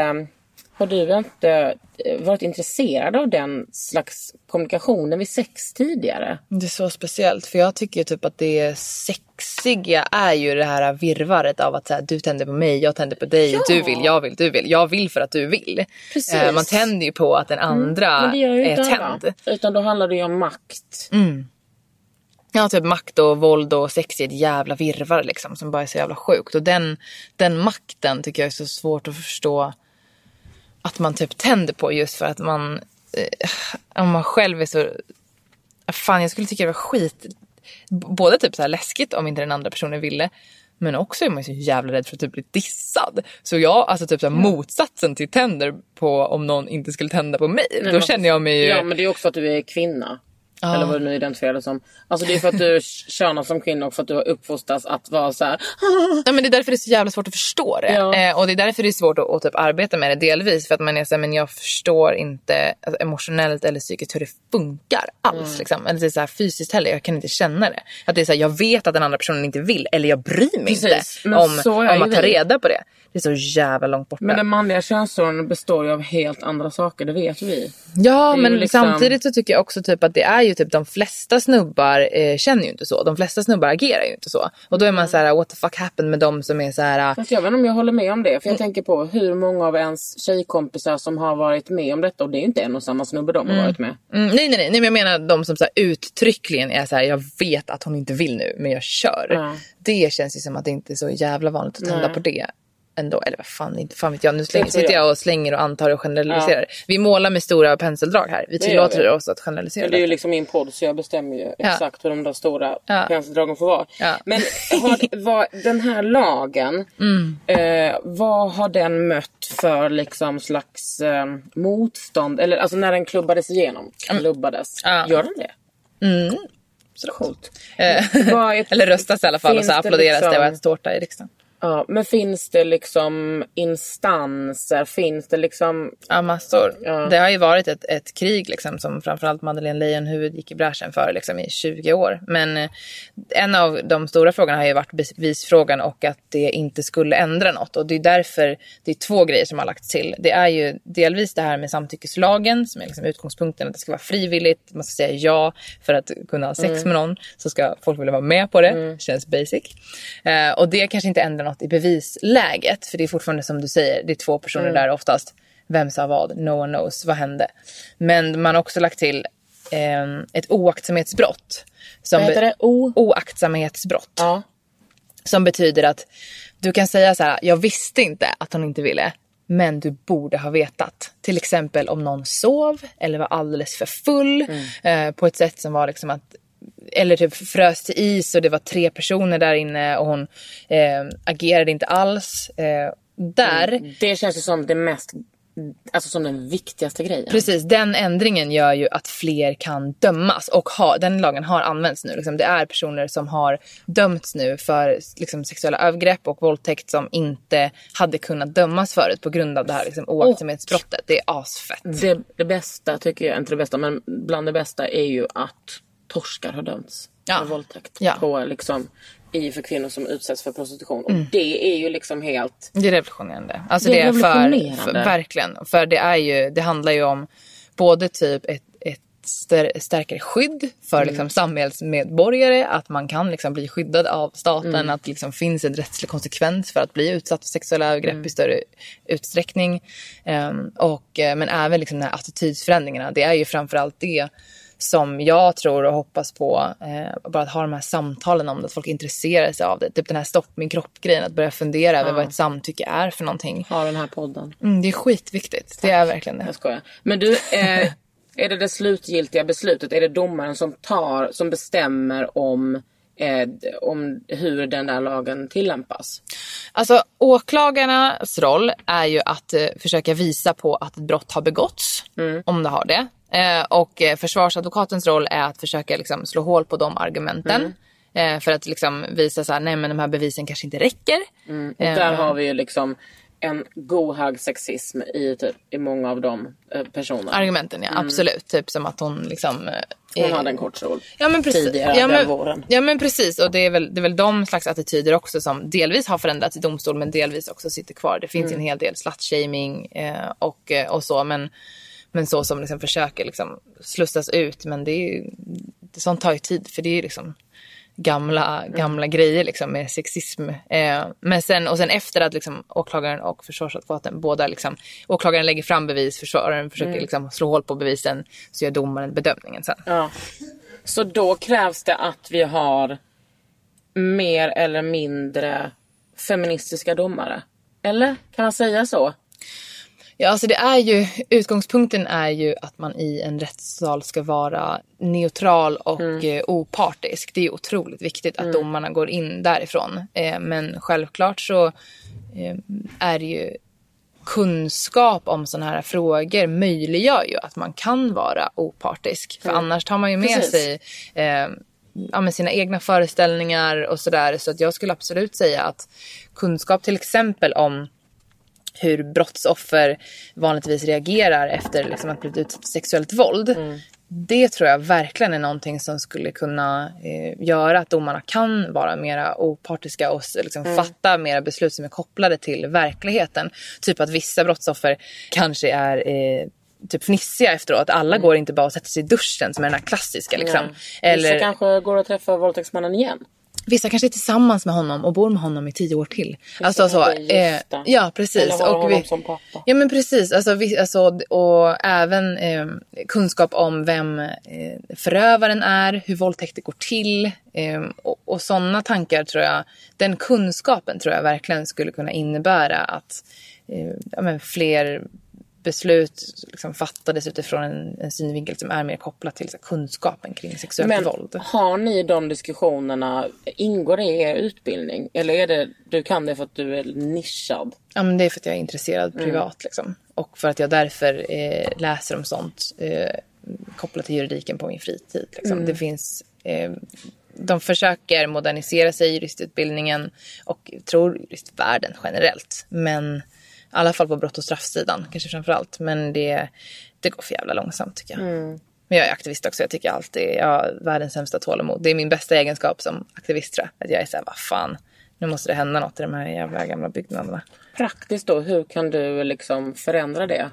inte varit intresserad av den slags kommunikationen vid sex tidigare? Det är så speciellt, för jag tycker typ att det sexiga är ju det här virvaret av att så här, du tänder på mig, jag tänder på dig, du vill, jag vill för att du vill. Man tänder ju på att den andra är tänd. Utan då handlar det ju om makt. Ja, typ makt och våld och sex är ett jävla virvar liksom, som bara är så jävla sjukt. Och den makten tycker jag är så svårt att förstå att man typ tänder på, just för att man om man själv är så fan, jag skulle tycka det var skit, både typ så här läskigt om inte den andra personen ville, men också är man ju så jävla rädd för att typ bli dissad. Så jag, alltså typ så här, motsatsen till tänder på om någon inte skulle tända på mig. Nej, då känner jag mig ju... Ja, men det är också att du är kvinna. Eller vad du nu identifierar det som. Alltså det är för att du könar som kvinna och för att du har uppfostrats att vara så här. Ja, men det är därför det är så jävla svårt att förstå det. Och det är därför det är svårt att typ arbeta med det delvis. För att man är så här, men jag förstår inte alltså, emotionellt eller psykiskt hur det funkar alls. Liksom. Eller det är så här, fysiskt heller, jag kan inte känna det. Att det är så här, jag vet att den andra personen inte vill. Eller jag bryr mig inte om att ta reda på det. Det är så jävla långt borta. Men den manliga könsorganen består ju av helt andra saker, det vet vi. Ja, men liksom... samtidigt så tycker jag också typ att det är ju typ de flesta snubbar känner ju inte så. De flesta snubbar agerar ju inte så. Och då är man så här, what the fuck happened med dem som är så här... Fast jag vet inte om jag håller med om det. För jag tänker på hur många av ens tjejkompisar som har varit med om detta. Och det är ju inte en och samma snubbe de har varit med. Nej, men jag menar de som så här, uttryckligen är så här, jag vet att hon inte vill nu, men jag kör. Det känns ju som att det inte är så jävla vanligt att tända på det ändå, eller vad fan, inte fan vet jag. Nu sitter jag och slänger och antar och generaliserar. Vi målar med stora penseldrag här. Vi tillåter oss att generalisera. Det är ju liksom min podd, så jag bestämmer ju exakt hur de där stora penseldragen får vara. Men den här lagen, vad har den mött för liksom slags motstånd? Eller alltså när den klubbades igenom, gör den det? Så coolt. Eller röstas i alla fall, och så applåderas det och äts tårta i riksdagen. Ja, men finns det liksom instanser? Finns det liksom... Ja, massor. Ja. Det har ju varit ett krig liksom, som framförallt Madeleine Leijonhufvud gick i bräschen för liksom, i 20 år. Men en av de stora frågorna har ju varit bevisfrågan och att det inte skulle ändra något. Och det är därför det är 2 grejer som har lagts till. Det är ju delvis det här med samtyckeslagen som är liksom utgångspunkten, att det ska vara frivilligt. Man ska säga ja för att kunna ha sex med någon. Så ska folk vilja vara med på det. Känns basic. Och det kanske inte ändrar något i bevisläget, för det är fortfarande som du säger, det är 2 personer där oftast. Vem sa vad? No one knows. Vad hände? Men man har också lagt till ett oaktsamhetsbrott. Vad heter det? Oaktsamhetsbrott. Ja. Som betyder att du kan säga så här: jag visste inte att hon inte ville, men du borde ha vetat. Till exempel om någon sov eller var alldeles för full på ett sätt som var liksom att, eller typ frös till is och det var 3 personer där inne och hon agerade inte alls. Det känns ju som det mest, alltså som den viktigaste grejen. Precis, den ändringen gör ju att fler kan dömas och den lagen har använts nu. Liksom, det är personer som har dömts nu för liksom, sexuella övergrepp och våldtäkt som inte hade kunnat dömas förut på grund av det här liksom, oaktsamhetsbrottet. Det är asfett. Det bästa tycker jag, inte det bästa, men bland det bästa är ju att torskar har dömts för våldtäkt på liksom för kvinnor som utsätts för prostitution. Och det är ju liksom helt... Det är revolutionerande. Alltså det är för verkligen. För det handlar ju om både typ ett starkare skydd för liksom samhällsmedborgare, att man kan liksom bli skyddad av staten, att det liksom finns en rättslig konsekvens för att bli utsatt för sexuella övergrepp i större utsträckning. Men även liksom de här attitydsförändringarna, det är ju framförallt det som jag tror och hoppas på, bara att ha de här samtalen om det, att folk intresserar sig av det. Typ den här stopp min kropp-grejen, att börja fundera över vad ett samtycke är för någonting. Ha den här podden. Det är skitviktigt, tack. Det är verkligen det. Jag skojar. Men du, är det slutgiltiga beslutet, är det domaren som bestämmer om hur den där lagen tillämpas? Alltså åklagarnas roll är ju att försöka visa på att ett brott har begåtts, om det har det. Och försvarsadvokatens roll är att försöka liksom slå hål på de argumenten. För att liksom visa så här, nej men de här bevisen kanske inte räcker. Och där har vi ju liksom en god hög sexism i många av de personerna. Argumenten, ja, absolut. Typ som att hon liksom... hon hade en kort sol. Ja, men precis. Tidigare den våren. Ja, men precis. Och det är väl de slags attityder också som delvis har förändrats i domstol, men delvis också sitter kvar. Det finns en hel del slutshaming och så, men så som liksom försöker liksom slussas ut. Men det sånt tar ju tid, för det är liksom gamla grejer liksom med sexism. Men sen efter att liksom åklagaren och försvarsadvokaten båda liksom, åklagaren lägger fram bevis, försvararen försöker liksom slå hål på bevisen, så gör domaren bedömningen sen. Ja. Så då krävs det att vi har mer eller mindre feministiska domare. Eller kan man säga så? Ja, alltså utgångspunkten är ju att man i en rättssal ska vara neutral och opartisk. Det är otroligt viktigt att domarna går in därifrån. Men självklart så är det ju kunskap om sådana här frågor möjliggör ju att man kan vara opartisk. För annars tar man ju med sig sina egna föreställningar och sådär. Så att jag skulle absolut säga att kunskap till exempel om hur brottsoffer vanligtvis reagerar efter liksom att bli utsatt för sexuellt våld. Det tror jag verkligen är någonting som skulle kunna göra att domarna kan vara mera opartiska och liksom fatta mera beslut som är kopplade till verkligheten. Typ att vissa brottsoffer kanske är typ fnissiga efteråt. Alla går inte bara och sätter sig i duschen som är den här klassiska. Liksom. Eller vissa kanske går och träffar våldtäktsmannen igen. Vissa kanske är tillsammans med honom och bor med honom i 10 år till. Alltså så, ja, precis. Eller har honom som pappa. Ja, men precis. Och även kunskap om vem förövaren är, hur våldtäkter går till. Och sådana tankar tror jag, den kunskapen tror jag verkligen skulle kunna innebära att fler beslut liksom fattades utifrån en synvinkel som är mer kopplad till kunskapen kring sexuellt våld. Men har ni de diskussionerna, ingår det i er utbildning? Eller är det, du kan det för att du är nischad? Ja, men det är för att jag är intresserad privat liksom. Och för att jag därför läser om sånt kopplat till juridiken på min fritid. Liksom. Det finns... de försöker modernisera sig i juristutbildningen och tror juristvärlden generellt. Men... I alla fall på brott- och straffsidan, kanske framförallt. Men det går för jävla långsamt tycker jag. Men jag är aktivist också. Jag tycker alltid jag har världens sämsta tålamod. Det är min bästa egenskap som aktivist tror jag. Att jag är såhär, vad fan, nu måste det hända något i de här jävla gamla byggnaderna. Praktiskt då, hur kan du liksom förändra det?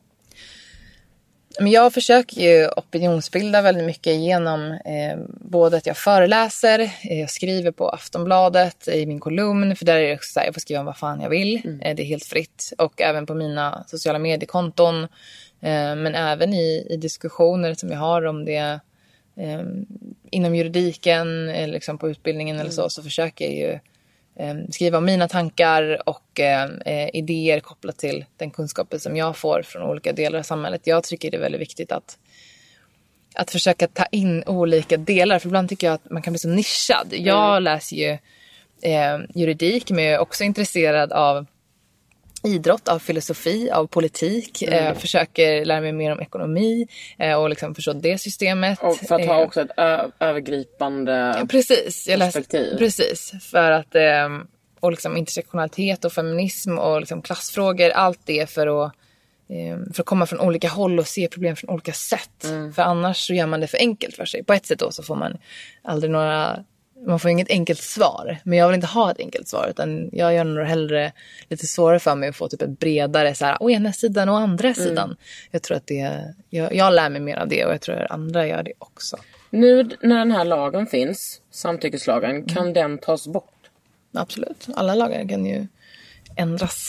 Men jag försöker ju opinionsbilda väldigt mycket genom både att jag föreläser, jag skriver på Aftonbladet i min kolumn, för där är det också så här, jag får skriva om vad fan jag vill, det är helt fritt, och även på mina sociala mediekonton, men även i diskussioner som jag har om det inom juridiken eller liksom på utbildningen eller så försöker jag ju skriva om mina tankar och idéer kopplat till den kunskapen som jag får från olika delar av samhället. Jag tycker det är väldigt viktigt att försöka ta in olika delar. För ibland tycker jag att man kan bli så nischad. Jag läser ju juridik, men jag är också intresserad av idrott, av filosofi, av politik. Försöker lära mig mer om ekonomi och liksom förstå det systemet. Och för att ha också ett övergripande perspektiv. Precis, för att och liksom intersektionalitet och feminism och liksom klassfrågor, allt det för att komma från olika håll och se problem från olika sätt. För annars så gör man det för enkelt för sig. På ett sätt då så får man aldrig några man får inget enkelt svar. Men jag vill inte ha ett enkelt svar. Utan jag gör nog hellre lite svårare för mig att få typ ett bredare så här, å ena sidan och andra sidan. Jag tror att jag lär mig mer av det. Och jag tror att andra gör det också. Nu när den här lagen finns, samtyckeslagen, kan den tas bort? Absolut. Alla lagar kan ju ändras.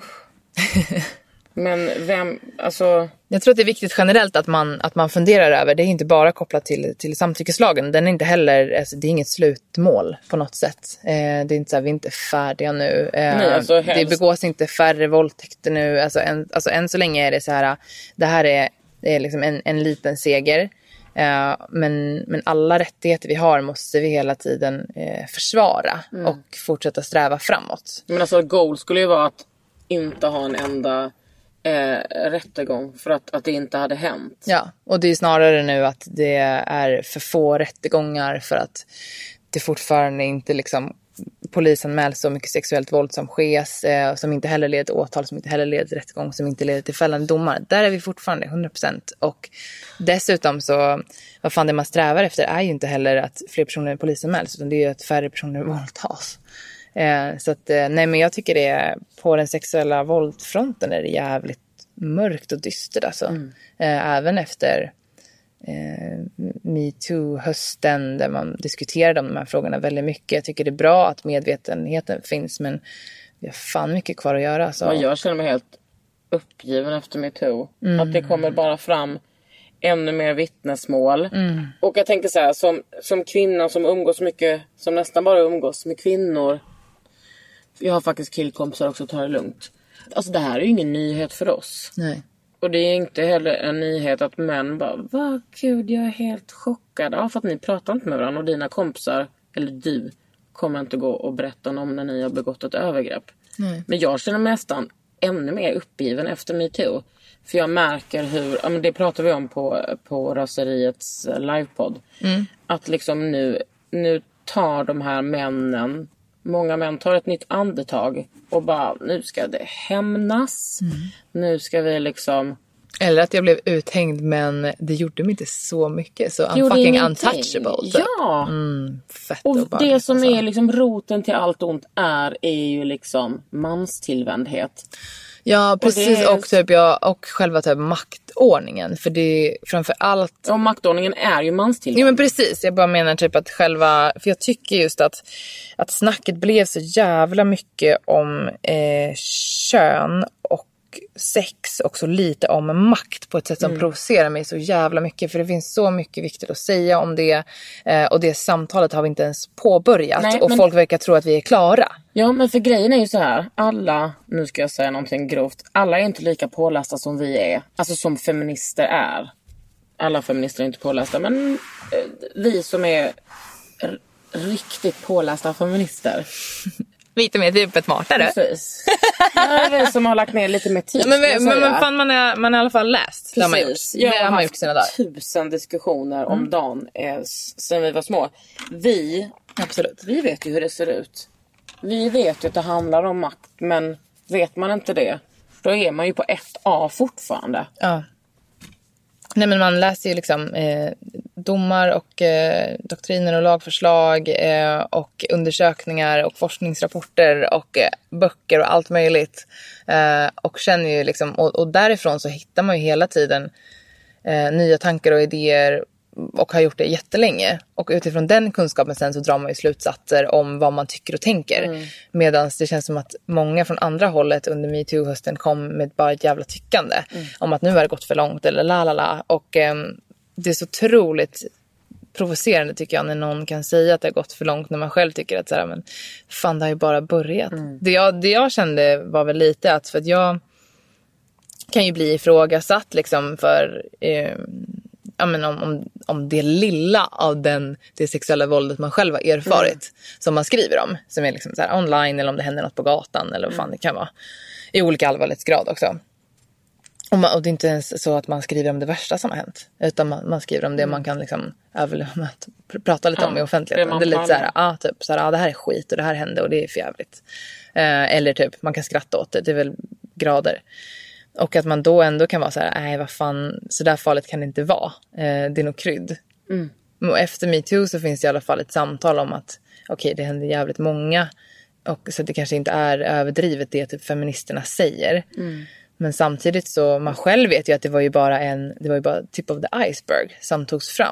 Men alltså... Jag tror att det är viktigt generellt att man funderar över. Det är inte bara kopplat till samtyckeslagen. Den är inte heller, alltså, det är inget slutmål på något sätt. Det är inte så här, vi är inte färdiga nu. Nej, alltså, det begås inte färre våldtäkter nu. Alltså än så länge är det så här, det här är liksom en liten seger. Men alla rättigheter vi har måste vi hela tiden försvara och fortsätta sträva framåt. Men alltså goal skulle ju vara att inte ha en enda rättegång för att det inte hade hänt. Ja, och det är snarare nu att det är för få rättegångar för att det fortfarande inte liksom polisanmäls så mycket sexuellt våld som sker, som inte heller leder till åtal, som inte heller leder till rättegång, som inte leder till fällande domar. Där är vi fortfarande 100%. Och dessutom så, vad fan det man strävar efter är ju inte heller att fler personer polisanmäls, utan det är ju att färre personer våldtas. Så att, nej, men jag tycker det är, på den sexuella våldfronten är det jävligt mörkt och dystert alltså. Även efter MeToo-hösten där man diskuterade om de här frågorna väldigt mycket. Jag tycker det är bra att medvetenheten finns, men vi har fan mycket kvar att göra. Så. Jag känner mig helt uppgiven efter MeToo. Att det kommer bara fram ännu mer vittnesmål. Och jag tänker så här, som kvinna som umgås mycket, som nästan bara umgås med kvinnor. Jag har faktiskt killkompisar också, tar det lugnt. Alltså det här är ju ingen nyhet för oss. Nej. Och det är inte heller en nyhet att män bara, vad gud, jag är helt chockad. Ja, för att ni pratar inte med varandra och dina kompisar, eller du, kommer inte gå och berätta om när ni har begått ett övergrepp. Nej. Men jag känner mig nästan ännu mer uppgiven efter MeToo. För jag märker hur, ja, men det pratar vi om på Raseriets livepodd. Att liksom nu tar de här männen, många män tar ett nytt andetag och bara, nu ska det hämnas. Nu ska vi liksom... Eller att jag blev uthängd, men det gjorde mig inte så mycket. Så I'm fucking untouchable. Typ. Ja. Fett och bara, det som är liksom roten till allt ont är ju liksom manstillvändhet. Ja, precis. Och typ och själva typ maktordningen. För det är framför allt... Ja, maktordningen är ju manstillvänd. Jo, men precis. Jag bara menar typ att själva... För jag tycker just att snacket blev så jävla mycket om kön och sex och så lite om makt på ett sätt som provocerar mig så jävla mycket. För det finns så mycket viktigt att säga om det. Och det samtalet har vi inte ens påbörjat. Nej, och folk verkar tro att vi är klara. Ja, men för grejen är ju så här. Alla, nu ska jag säga någonting grovt. Alla är inte lika pålästa som vi är. Alltså som feminister är. Alla feminister är inte pålästa. Men vi som är riktigt pålästa feminister. Lite mer typ ett smartare. Precis. Vi som har lagt ner lite mer tid. Men fan, man är i alla fall läst. Precis. Jag har haft 1000 diskussioner om dagen sen vi var små. Absolut. Vi vet ju hur det ser ut. Vi vet ju att det handlar om makt. Men vet man inte det, då är man ju på 1A fortfarande. Ja. Nej, men man läser ju liksom domar och doktriner och lagförslag och undersökningar och forskningsrapporter och böcker och allt möjligt. Och känner ju liksom, och därifrån så hittar man ju hela tiden nya tankar och idéer och har gjort det jättelänge. Och utifrån den kunskapen sen så drar man ju slutsatser om vad man tycker och tänker. Medan det känns som att många från andra hållet under MeToo-hösten kom med bara ett jävla tyckande. Om att nu har det gått för långt eller la. Och det är så otroligt provocerande tycker jag när någon kan säga att det har gått för långt när man själv tycker att så här, men fan, det har ju bara börjat. Det jag kände var väl lite att, för att jag kan ju bli ifrågasatt liksom för... Ja, men om det lilla av det sexuella våldet man själv har erfarit som man skriver om, som är liksom så här online, eller om det händer något på gatan eller vad fan det kan vara, i olika allvarlighetsgrad också. Och det är inte ens så att man skriver om det värsta som har hänt, utan man skriver om det man kan liksom prata lite om i offentligheten. Det är lite så här, typ så här, det här är skit och det här hände och det är för jävligt. Eller typ man kan skratta åt det är väl grader. Och att man då ändå kan vara så här, nej vad fan, så där farligt kan det inte vara. Det är nog krydd. Och efter MeToo så finns det i alla fall ett samtal om att okej, det händer jävligt många. Och så det kanske inte är överdrivet det typ feministerna säger. Men samtidigt så man själv vet ju att det var ju bara tip of the iceberg som togs fram.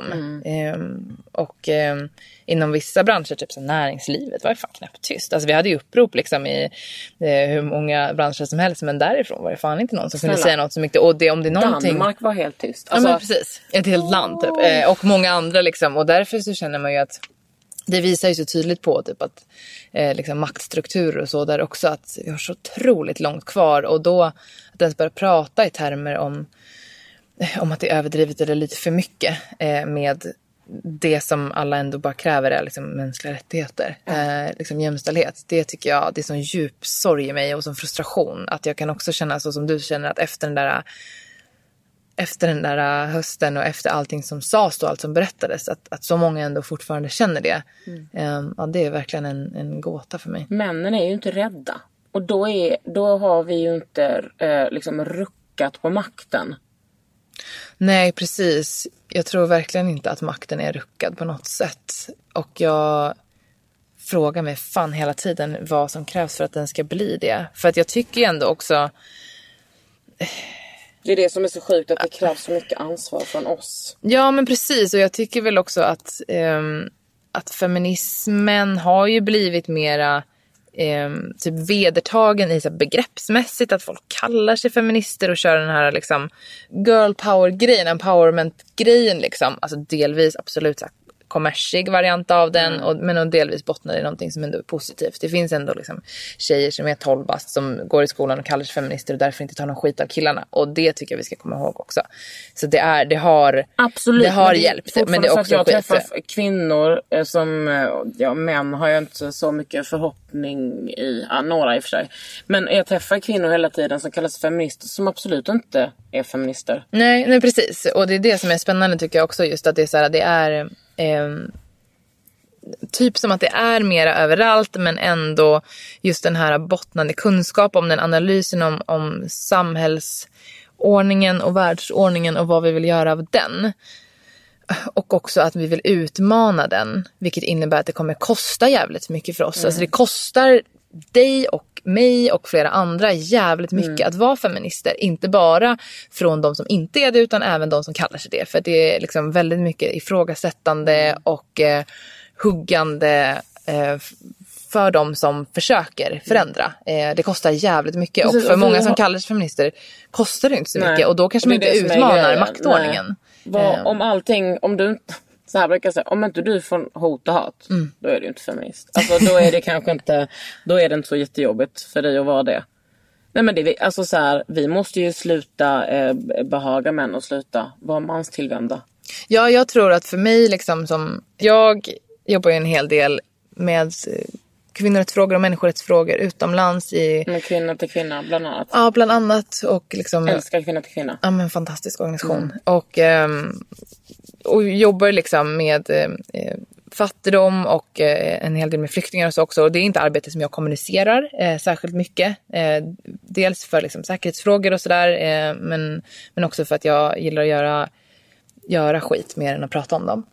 Inom vissa branscher, typ som näringslivet, var det fan knappt tyst. Alltså vi hade ju upprop liksom i hur många branscher som helst, men därifrån var det fan inte någon som kunde säga något så mycket. Och om det är någonting... Danmark var helt tyst. Alltså... Ja, men precis. Ett helt land typ. Och många andra liksom. Och därför så känner man ju att det visar ju så tydligt på typ att liksom maktstrukturer och så där också, att vi har så otroligt långt kvar. Och då att ens börja prata i termer om att det är överdrivet eller lite för mycket med det som alla ändå bara kräver är liksom mänskliga rättigheter, liksom jämställdhet. Det tycker jag, det är sån djup sorg i mig och sån frustration att jag kan också känna så som du känner, att efter den där hösten och efter allting som sades och allt som berättades, att så många ändå fortfarande känner det. Ja, det är verkligen en gåta för mig. Männen är ju inte rädda. Och då har vi ju inte liksom ruckat på makten. Nej, precis. Jag tror verkligen inte att makten är ruckad på något sätt. Och jag frågar mig fan hela tiden vad som krävs för att den ska bli det. För att jag tycker ändå också... Det är det som är så sjukt, att det krävs så mycket ansvar från oss. Ja, men precis. Och jag tycker väl också att feminismen har ju blivit mera typ vedertagen i så begreppsmässigt, att folk kallar sig feminister och kör den här liksom girl power-grejen, empowerment-grejen liksom. Alltså delvis absolut kommersig variant av den, men delvis bottnar i någonting som ändå är positivt. Det finns ändå liksom tjejer som är 12 bast som går i skolan och kallar sig feminister och därför inte tar någon skit av killarna. Och det tycker jag vi ska komma ihåg också. Så det har absolut, det har hjälpt. Men det är också jag träffar kvinnor som, män har jag inte så mycket förhoppning i, några i och för sig. Men jag träffar kvinnor hela tiden som kallas feminister som absolut inte är feminister. Nej, precis. Och det är det som är spännande tycker jag också, just att det är så här, det är typ som att det är mera överallt, men ändå just den här bottnande kunskap om den analysen om samhällsordningen och världsordningen och vad vi vill göra av den. Och också att vi vill utmana den, vilket innebär att det kommer kosta jävligt mycket för oss. Alltså det kostar dig och mig och flera andra jävligt mycket att vara feminister. Inte bara från de som inte är det, utan även de som kallar sig det. För det är liksom väldigt mycket ifrågasättande och huggande för de som försöker förändra. Det kostar jävligt mycket. Och för många som kallar sig feminister kostar det inte så mycket. Och då kanske man inte utmanar maktordningen. Om du så här brukar jag säga, om inte du får hot och hat, då är du inte feminist. Alltså då är det kanske inte, då är det inte så jättejobbigt för dig att vara det. Nej, men det, alltså så här, vi måste ju sluta behaga män och sluta vara manstillvända. Ja, jag tror att för mig liksom, som jag jobbar ju en hel del med kvinnorättsfrågor och människorättsfrågor utomlands i... Med kvinna till kvinna, bland annat. Ja, bland annat. Och liksom... Älskar kvinna till kvinna. Ja, men fantastisk organisation. Och jobbar liksom med fattigdom och en hel del med flyktingar och så också. Och det är inte arbete som jag kommunicerar särskilt mycket. Dels för liksom säkerhetsfrågor och sådär. Men också för att jag gillar att göra skit mer än att prata om dem.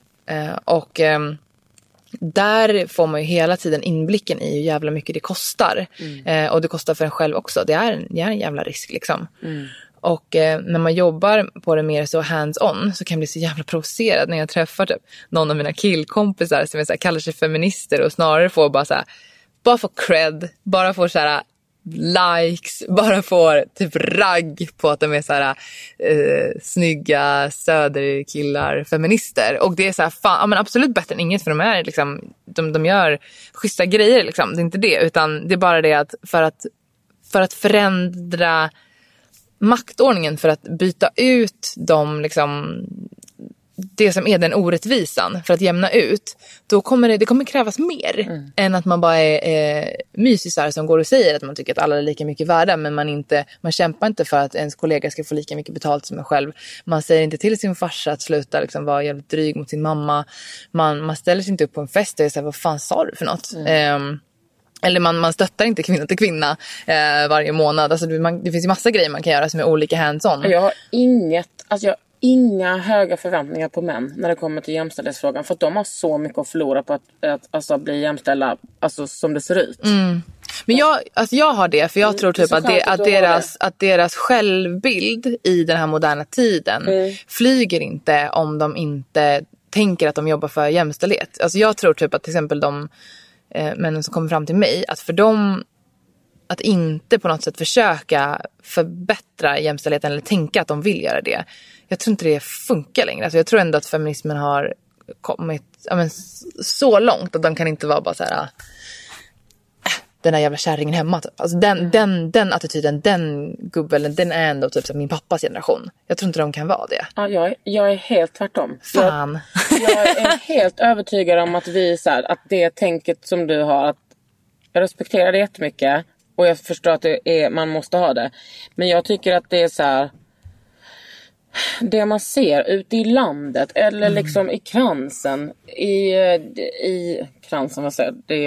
Där får man ju hela tiden inblicken i hur jävla mycket det kostar. Och det kostar för en själv också. Det är en jävla risk liksom. Och när man jobbar på det mer så hands-on så kan jag bli så jävla provocerad när jag träffar typ någon av mina killkompisar som är så här, kallar sig feminister och snarare får bara får cred, bara får så här likes, bara får typ ragg på att de är så här snygga söderkillar feminister. Och det är så här, fan, ja, men absolut bättre än inget, för de är liksom, de gör schyssta grejer liksom. Det är inte det, utan det är bara det att för att förändra maktordningen, för att byta ut dem liksom, det som är den orättvisan, för att jämna ut, då kommer det kommer krävas mer än att man bara är mysisar som går och säger att man tycker att alla är lika mycket värda, men man kämpar inte för att ens kollega ska få lika mycket betalt som en själv. Man säger inte till sin farsa att sluta liksom vara jävligt dryg mot sin mamma. Man ställer sig inte upp på en fest och säger, vad fan sa du för något? Eller man stöttar inte kvinna till kvinna varje månad. Alltså det finns ju massa grejer man kan göra som är olika hands-on. Jag har inga höga förväntningar på män när det kommer till jämställdhetsfrågan. För att de har så mycket att förlora på att alltså, bli jämställda alltså, som det ser ut. Men jag har det, för jag tror typ att deras självbild i den här moderna tiden flyger inte om de inte tänker att de jobbar för jämställdhet. Alltså jag tror typ att till exempel de männen som kommer fram till mig, att för dem att inte på något sätt försöka förbättra jämställdheten eller tänka att de vill göra det. Jag tror inte det funkar längre. Alltså jag tror ändå att feminismen har kommit så långt att de kan inte vara bara så här den här jävla kärringen hemma typ. Alltså den attityden, den gubben, den är ändå typ som min pappas generation. Jag tror inte de kan vara det. Ja, jag är helt tvärtom. Fan. Jag är helt övertygad om att vi så här, att det tänket som du har, att jag respekterar det jättemycket och jag förstår att man måste ha det. Men jag tycker att det är så här, det man ser ute i landet eller liksom i Kransen i Kransen, vad säger det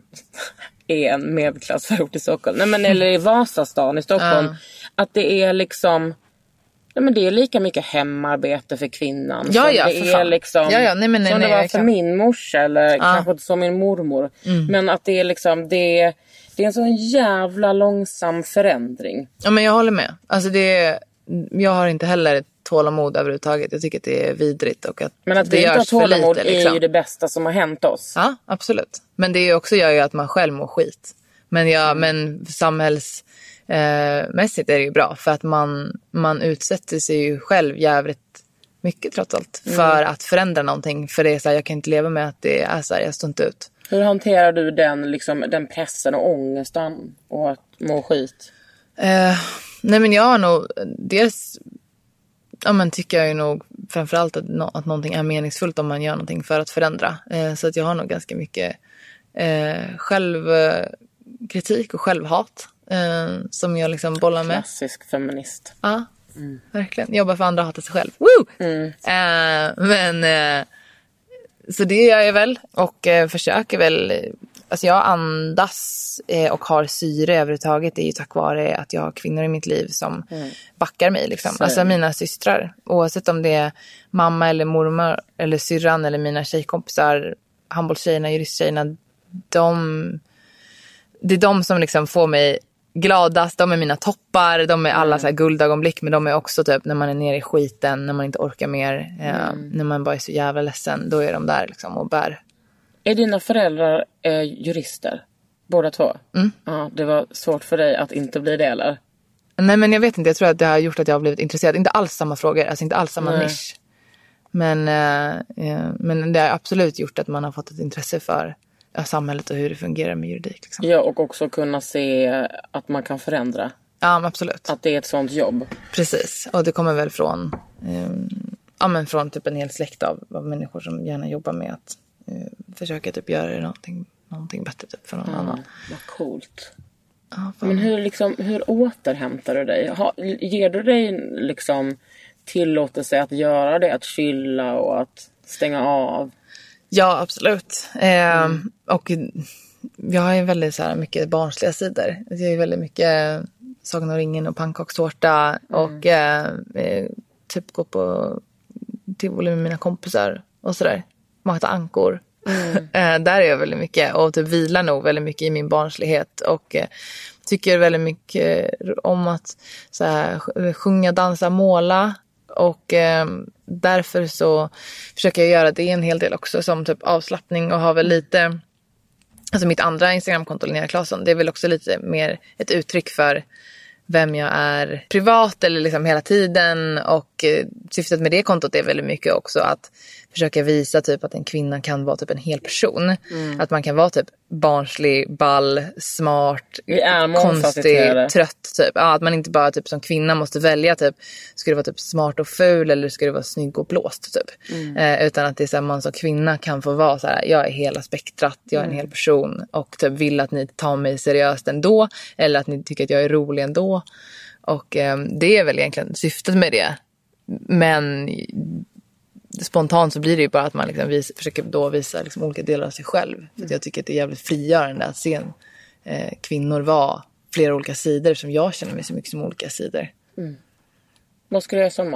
är en medelklassförort i Stockholm. Nej, men eller i Vasastan i Stockholm, att det är liksom nej, men det är lika mycket hemarbete för kvinnan. Ja, det är liksom nej, som det var för min morsa eller kanske inte som min mormor. Men att det är liksom det är en sån jävla långsam förändring. Ja, men jag håller med. Alltså jag har inte heller tålamod överhuvudtaget. Jag tycker att det är vidrigt och att men att det vi inte har tålamod lite, liksom. är ju det bästa som har hänt oss. Ja, absolut. Men det är också gör ju att man själv mår skit. Men samhällsmässigt är det ju bra för att man utsätter sig ju själv jävligt mycket trots allt för att förändra någonting. För det är så här, jag kan inte leva med att det är så här, jag står inte ut. Hur hanterar du den pressen och ångesten och att må skit? Nej, men jag har nog dels tycker jag ju nog framförallt att någonting är meningsfullt om man gör någonting för att förändra. Så att jag har nog ganska mycket självkritik och självhat som jag liksom bollar med. Klassisk feminist. Ja, verkligen. Jobbar för andra, hatar sig själv. Woo! Så det gör jag väl och försöker väl. Alltså jag andas och har syre överhuvudtaget. Det är ju tack vare att jag har kvinnor i mitt liv som backar mig. Liksom. Alltså mina systrar. Oavsett om det är mamma eller mormor eller syrran eller mina tjejkompisar, handbollstjejerna, juristtjejerna. Det är de som liksom får mig gladast. De är mina toppar. De är alla så här guldögonblick. Men de är också typ när man är nere i skiten. När man inte orkar mer. När man bara är så jävla ledsen. Då är de där liksom och bär. Är dina föräldrar jurister? Båda två? Ja, det var svårt för dig att inte bli det, eller? Nej, men jag vet inte. Jag tror att det har gjort att jag har blivit intresserad. Inte alls samma frågor. Alltså inte alls samma nisch. Men det har absolut gjort att man har fått ett intresse för samhället och hur det fungerar med juridik. Liksom. Ja, och också kunna se att man kan förändra. Ja, absolut. Att det är ett sånt jobb. Precis. Och det kommer väl från från typ en hel släkt av människor som gärna jobbar med att försöka typ göra någonting bättre typ för någon annan. Vad coolt. Men hur återhämtar du dig? Ger du dig liksom tillåtelse att göra det, att chilla och att stänga av? Ja, absolut. Och jag har ju väldigt så här mycket barnsliga sidor. Jag är väldigt mycket Sagan om ringen och pannkakstårta och typ gå på tivoli med mina kompisar och sådär. Mata ankor. Där är jag väldigt mycket och typ vilar nog väldigt mycket i min barnslighet och tycker väldigt mycket om att så här, sjunga, dansa, måla och därför så försöker jag göra det en hel del också som typ avslappning och har väl lite, alltså mitt andra Instagramkonto Linnea Claesson, det är väl också lite mer ett uttryck för vem jag är privat eller liksom hela tiden och syftet med det kontot är väldigt mycket också att försöka visa typ att en kvinna kan vara typ en hel person. Att man kan vara typ barnslig, ball, smart, konstig, trött typ. Ja, att man inte bara typ som kvinna måste välja typ, ska det vara typ smart och ful eller ska det vara snygg och blåst typ. Utan att det är så här, man som kvinna kan få vara så här, jag är hela spektrat, jag är en hel person och typ vill att ni tar mig seriöst ändå eller att ni tycker att jag är rolig ändå. Och det är väl egentligen syftet med det. Men spontant så blir det ju bara att man liksom försöker då visa liksom olika delar av sig själv. För att jag tycker att det är jävligt frigörande att se kvinnor vara flera olika sidor som jag känner mig så mycket som olika sidor. Vad ska du göra i sommar?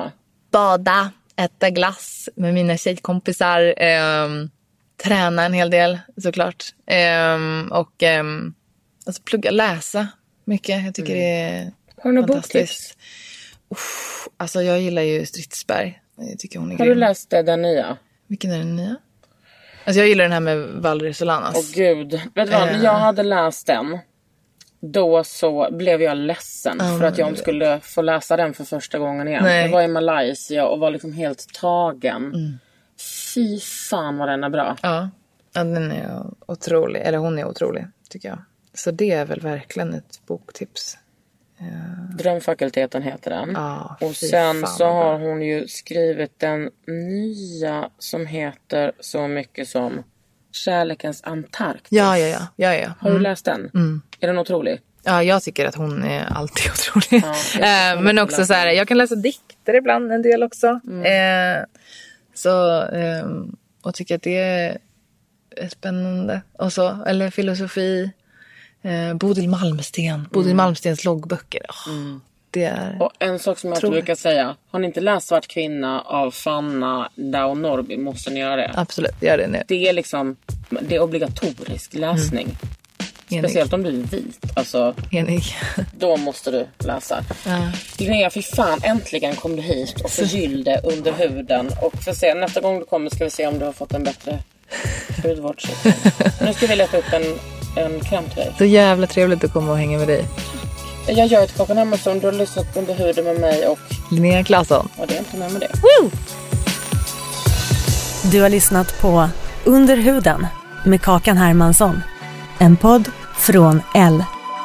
bada, äta glass med mina tjejkompisar, träna en hel del såklart. Och alltså plugga, läsa mycket. Jag tycker det är Har du några boktips? Alltså jag gillar ju Stridsberg. Jag tycker hon är Har grym. du läst den nya? Vilken är den nya? Alltså jag gillar den här med Valerie Solanas. Åh gud, vet du vad? När jag hade läst den, då så blev jag ledsen för att jag skulle få läsa den för första gången igen. Nej. Jag var i Malaysia och var liksom helt tagen. Fy fan vad den är bra. Ja, den är otrolig. Eller hon är otrolig, tycker jag. Så det är väl verkligen ett boktips. Drömfakulteten heter den. Ja, och fy sen fan så vad bra. har hon ju skrivit den nya som heter så mycket som Kärlekens Antarktis. Ja. Har du läst den? Är den otrolig? Ja, jag tycker att hon är alltid otrolig. Ja, men också så här, jag kan läsa dikter ibland en del också. Och tycker att det är spännande. Och så, eller filosofi. Bodil Malmstens loggböcker. Det är... Och en sak som jag alltid brukar säga. Har ni inte läst Svart kvinna av Fanna Dao Norby, måste ni göra det. Absolut, gör det nu. Det är liksom, det är obligatorisk läsning. Speciellt om du är vit. Alltså, Enig. då måste du läsa. Linnea, fy fan, äntligen kom du hit och förgyllde under huden. Och för se, nästa gång du kommer ska vi se om du har fått en bättre hudvårdssituation. Nu ska vi leta upp en kräm till dig. Så jävla trevligt att komma och hänga med dig. Jag gör ett Kakan Hermansson. Du har lyssnat under huden med mig och Linnea Claesson. det är inte med det. Woo! Du har lyssnat på Under huden med Kakan Hermansson. En podd från L.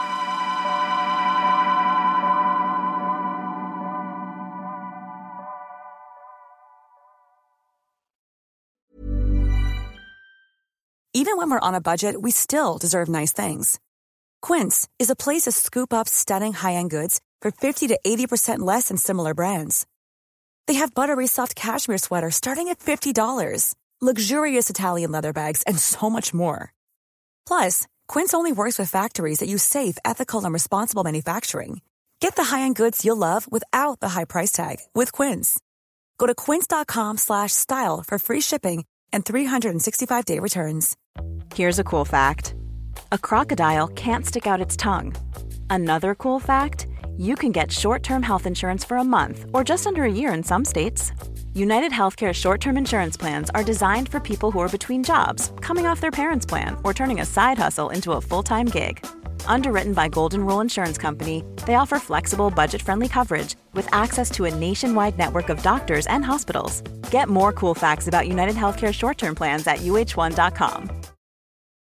Even when we're on a budget, we still deserve nice things. Quince is a place to scoop up stunning high-end goods for 50 to 80% less than similar brands. They have buttery soft cashmere sweaters starting at $50, luxurious Italian leather bags, and so much more. Plus, Quince only works with factories that use safe, ethical, and responsible manufacturing. Get the high-end goods you'll love without the high price tag with Quince. Go to quince.com/style for free shipping and 365-day returns. Here's a cool fact. A crocodile can't stick out its tongue. Another cool fact, you can get short-term health insurance for a month or just under a year in some states. United Healthcare short-term insurance plans are designed for people who are between jobs, coming off their parents' plan, or turning a side hustle into a full-time gig. Underwritten by Golden Rule Insurance Company, they offer flexible, budget-friendly coverage with access to a nationwide network of doctors and hospitals. Get more cool facts about United Healthcare short-term plans at uh1.com.